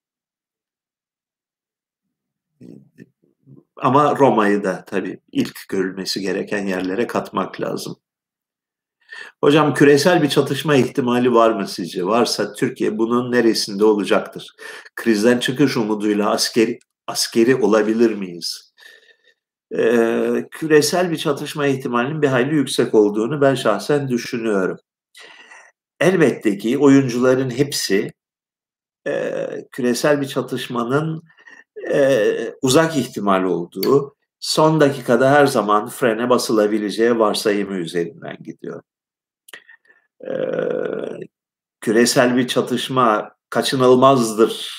Speaker 1: ama Roma'yı da tabii ilk görülmesi gereken yerlere katmak lazım. Hocam küresel bir çatışma ihtimali var mı sizce? Varsa Türkiye bunun neresinde olacaktır? Krizden çıkış umuduyla askeri, askeri olabilir miyiz? Ee, küresel bir çatışma ihtimalinin bir hayli yüksek olduğunu ben şahsen düşünüyorum. Elbette ki oyuncuların hepsi e, küresel bir çatışmanın e, uzak ihtimal olduğu, son dakikada her zaman frene basılabileceği varsayımı üzerinden gidiyor. E, küresel bir çatışma kaçınılmazdır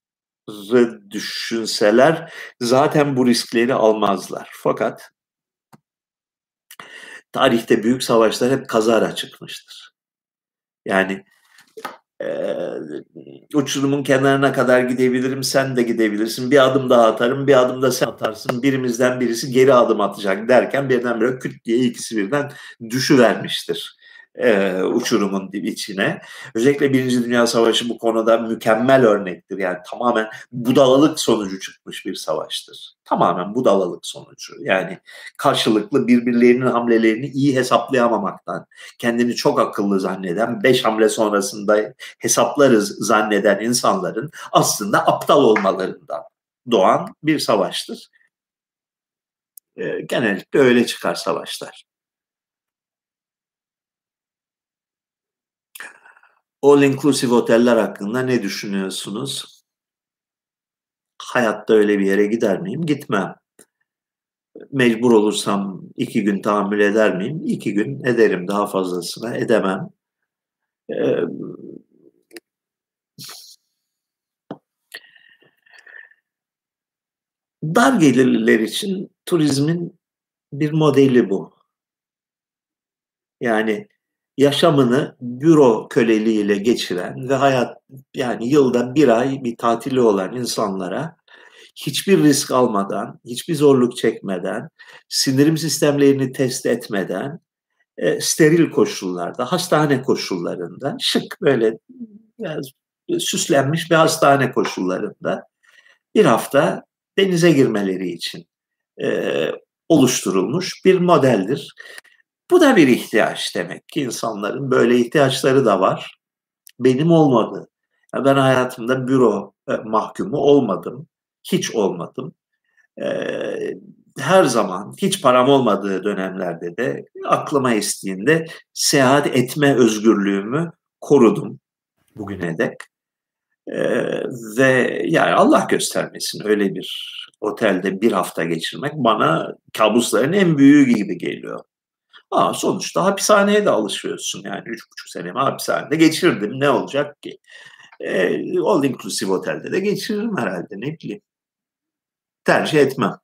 Speaker 1: düşünseler zaten bu riskleri almazlar. Fakat tarihte büyük savaşlar hep kazara çıkmıştır. Yani e, uçurumun kenarına kadar gidebilirim, sen de gidebilirsin. Bir adım daha atarım, bir adım da sen atarsın. Birimizden birisi geri adım atacak derken birdenbire küt diye ikisi birden düşüvermiştir e, uçurumun içine. Özellikle Birinci Dünya Savaşı bu konuda mükemmel örnektir. Yani tamamen budalalık sonucu çıkmış bir savaştır. Tamamen budalalık sonucu. Yani karşılıklı birbirlerinin hamlelerini iyi hesaplayamamaktan, kendini çok akıllı zanneden, beş hamle sonrasında hesaplarız zanneden insanların aslında aptal olmalarından doğan bir savaştır. E, genellikle öyle çıkar savaşlar. All inclusive oteller hakkında ne düşünüyorsunuz? Hayatta öyle bir yere gider miyim? Gitmem. Mecbur olursam iki gün tahammül eder miyim? İki gün ederim. Daha fazlasına edemem. Ee, dar gelirliler için turizmin bir modeli bu. Yani yaşamını büro köleliğiyle geçiren ve hayat yani yılda bir ay bir tatili olan insanlara hiçbir risk almadan, hiçbir zorluk çekmeden, sindirim sistemlerini test etmeden, e, steril koşullarda, hastane koşullarında, şık böyle biraz süslenmiş bir hastane koşullarında bir hafta denize girmeleri için e, oluşturulmuş bir modeldir. Bu da bir ihtiyaç demek ki insanların böyle ihtiyaçları da var. Benim olmadı. Ya ben hayatımda büro e, mahkumu olmadım. Hiç olmadım. Ee, her zaman hiç param olmadığı dönemlerde de aklıma estiğinde seyahat etme özgürlüğümü korudum bugüne dek. Ee, ve yani Allah göstermesin öyle bir otelde bir hafta geçirmek bana kabusların en büyüğü gibi geliyor. Aa, sonuçta hapishaneye de alışıyorsun yani üç buçuk senemi hapishanede geçirdim ne olacak ki? Ee, all inclusive otelde de geçiririm herhalde ne bileyim. Tercih etmem.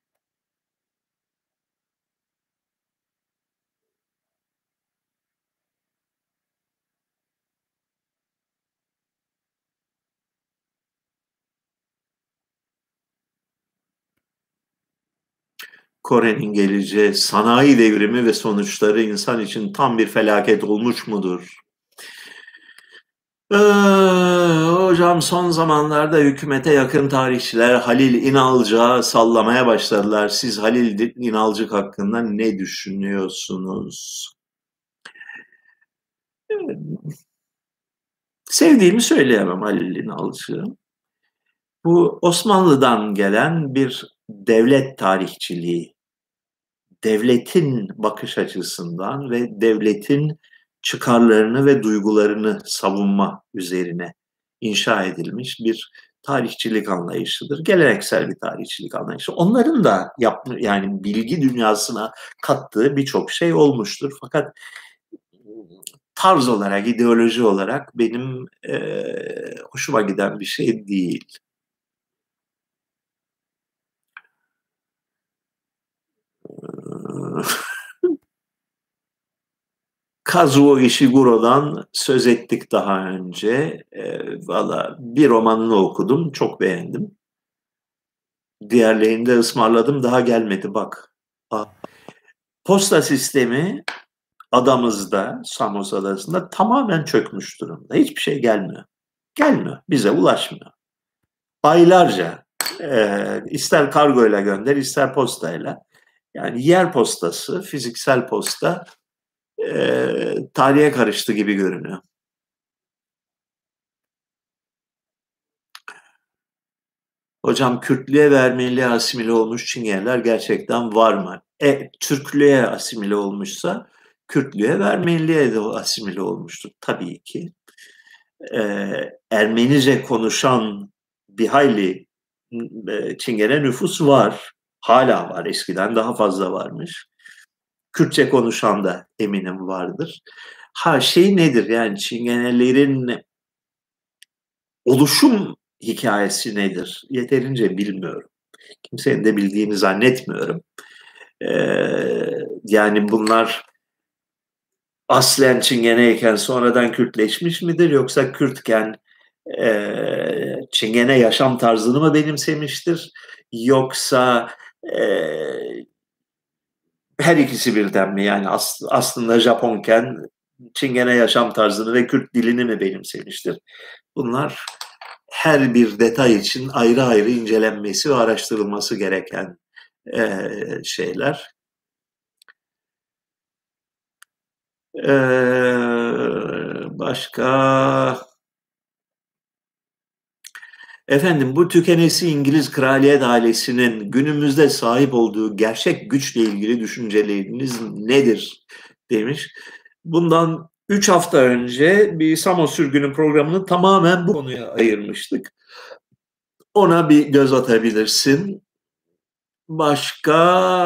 Speaker 1: Kore'nin geleceği, sanayi devrimi ve sonuçları insan için tam bir felaket olmuş mudur? Ee, hocam son zamanlarda hükümete yakın tarihçiler Halil İnalcık'a sallamaya başladılar. Siz Halil İnalcık hakkında ne düşünüyorsunuz? Sevdiğimi söyleyemem Halil İnalcık'ı. Bu Osmanlı'dan gelen bir devlet tarihçiliği, devletin bakış açısından ve devletin çıkarlarını ve duygularını savunma üzerine inşa edilmiş bir tarihçilik anlayışıdır. Geleneksel bir tarihçilik anlayışı. Onların da yap, yani bilgi dünyasına kattığı birçok şey olmuştur. Fakat tarz olarak, ideoloji olarak benim e, hoşuma giden bir şey değil. Kazuo Ishiguro'dan söz ettik daha önce. E, Valla bir romanını okudum, çok beğendim. Diğerlerini de ısmarladım, daha gelmedi bak. Posta sistemi adamızda, Samos Adası'nda tamamen çökmüş durumda. Hiçbir şey gelmiyor. Gelmiyor, bize ulaşmıyor. Aylarca e, ister kargoyla gönder, ister postayla. Yani yer postası, fiziksel posta e, tarihe karıştı gibi görünüyor. Hocam Kürtlüğe ve Ermeniliğe asimile olmuş Çingeneler gerçekten var mı? E, Türklüğe asimile olmuşsa Kürtlüğe ve Ermeniliğe de asimile olmuştur tabii ki. E, Ermenice konuşan bir hayli e, Çingene nüfus var. Hala var. Eskiden daha fazla varmış. Kürtçe konuşan da eminim vardır. Ha şey nedir yani Çingenelerin oluşum hikayesi nedir? Yeterince bilmiyorum. Kimsenin de bildiğini zannetmiyorum. Ee, yani bunlar aslen Çingeneyken sonradan Kürtleşmiş midir? Yoksa Kürtken e, Çingene yaşam tarzını mı benimsemiştir? Yoksa e, her ikisi birden mi? Yani as, aslında Japonken Çingene yaşam tarzını ve Kürt dilini mi benimsemiştir? Bunlar her bir detay için ayrı ayrı incelenmesi ve araştırılması gereken e, şeyler. E, başka... Efendim bu tükenesi İngiliz kraliyet ailesinin günümüzde sahip olduğu gerçek güçle ilgili düşünceleriniz nedir demiş. Bundan üç hafta önce bir Samos sürgünü programını tamamen bu konuya ayırmıştık. Ona bir göz atabilirsin. Başka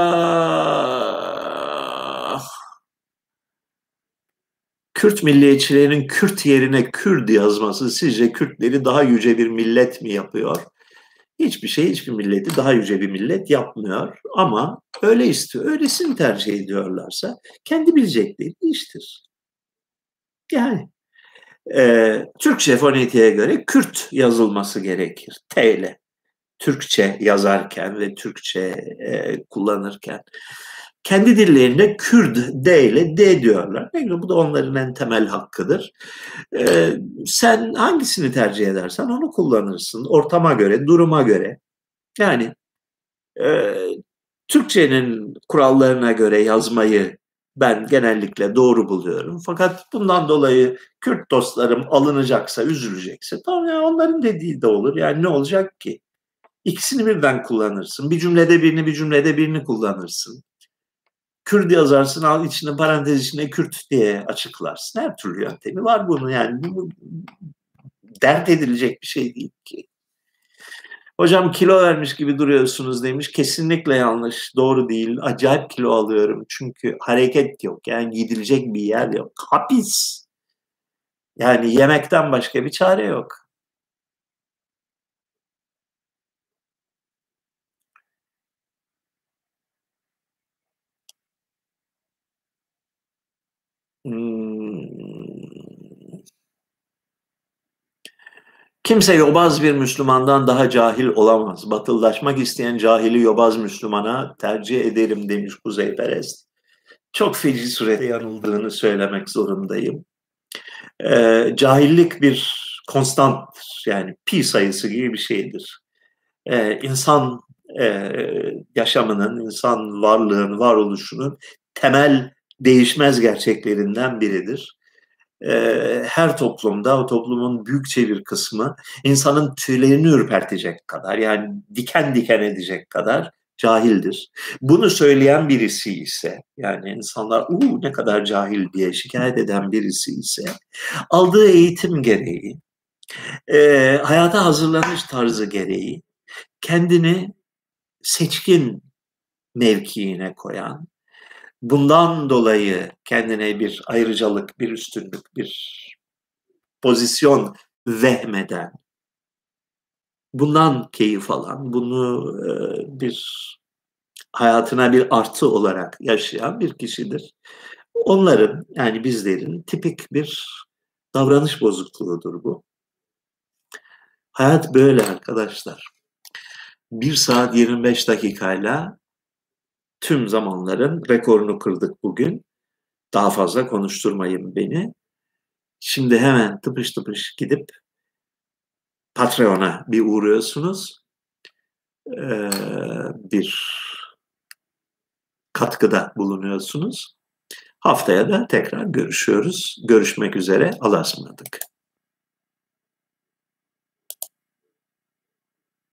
Speaker 1: Kürt milliyetçilerin Kürt yerine Kürd yazması sizce Kürtleri daha yüce bir millet mi yapıyor? Hiçbir şey hiçbir milleti daha yüce bir millet yapmıyor ama öyle istiyor. Öylesini tercih ediyorlarsa kendi bilecekleri iştir. Yani e, Türkçe fonetiğe göre Kürt yazılması gerekir. T ile. Türkçe yazarken ve Türkçe e, kullanırken. Kendi dillerinde Kürt D ile D diyorlar. Bu da onların en temel hakkıdır. Ee, sen hangisini tercih edersen onu kullanırsın. Ortama göre, duruma göre. Yani e, Türkçenin kurallarına göre yazmayı ben genellikle doğru buluyorum. Fakat bundan dolayı Kürt dostlarım alınacaksa, üzülecekse tamam ya onların dediği de olur. Yani ne olacak ki? İkisini birden kullanırsın. Bir cümlede birini, bir cümlede birini kullanırsın. Kürt yazarsın, al içine parantez içine Kürt diye açıklarsın. Her türlü yöntemi var bunun. Yani bu, bu dert edilecek bir şey değil ki. Hocam kilo vermiş gibi duruyorsunuz demiş. Kesinlikle yanlış, doğru değil. Acayip kilo alıyorum çünkü hareket yok. Yani gidilecek bir yer yok. Hapis. Yani yemekten başka bir çare yok. Hmm. Kimse yobaz bir Müslümandan daha cahil olamaz. Batıllaşmak isteyen cahili yobaz Müslümana tercih ederim demiş Kuzeyperest. Çok feci surette yanıldığını söylemek zorundayım. Ee, cahillik bir konstanttır. Yani pi sayısı gibi bir şeydir. Ee, insan e, yaşamının, insan varlığın, varoluşunun temel değişmez gerçeklerinden biridir. Eee, her toplumda o toplumun büyükçe bir kısmı insanın tüylerini ürpertecek kadar, yani diken diken edecek kadar cahildir. Bunu söyleyen birisi ise, yani insanlar "Uuu, ne kadar cahil!" diye şikâyet eden birisi ise aldığı eğitim gereği, eee, hayata hazırlanış tarzı gereği kendini seçkin mevkiine koyan, bundan dolayı kendine bir ayrıcalık, bir üstünlük, bir pozisyon vehmeden, bundan keyif alan, bunu, eee, bir hayatına bir artı olarak yaşayan bir kişidir. Onların, yani bizlerin tipik bir davranış bozukluğudur bu. Hayat böyle arkadaşlar. bir saat yirmi beş dakikayla tüm zamanların rekorunu kırdık bugün. Daha fazla konuşturmayın beni. Şimdi hemen tıpış tıpış gidip Patreon'a bir uğruyorsunuz. Eee, bir katkıda bulunuyorsunuz. Haftaya da tekrar görüşüyoruz. Görüşmek üzere. Allah'a ısmarladık.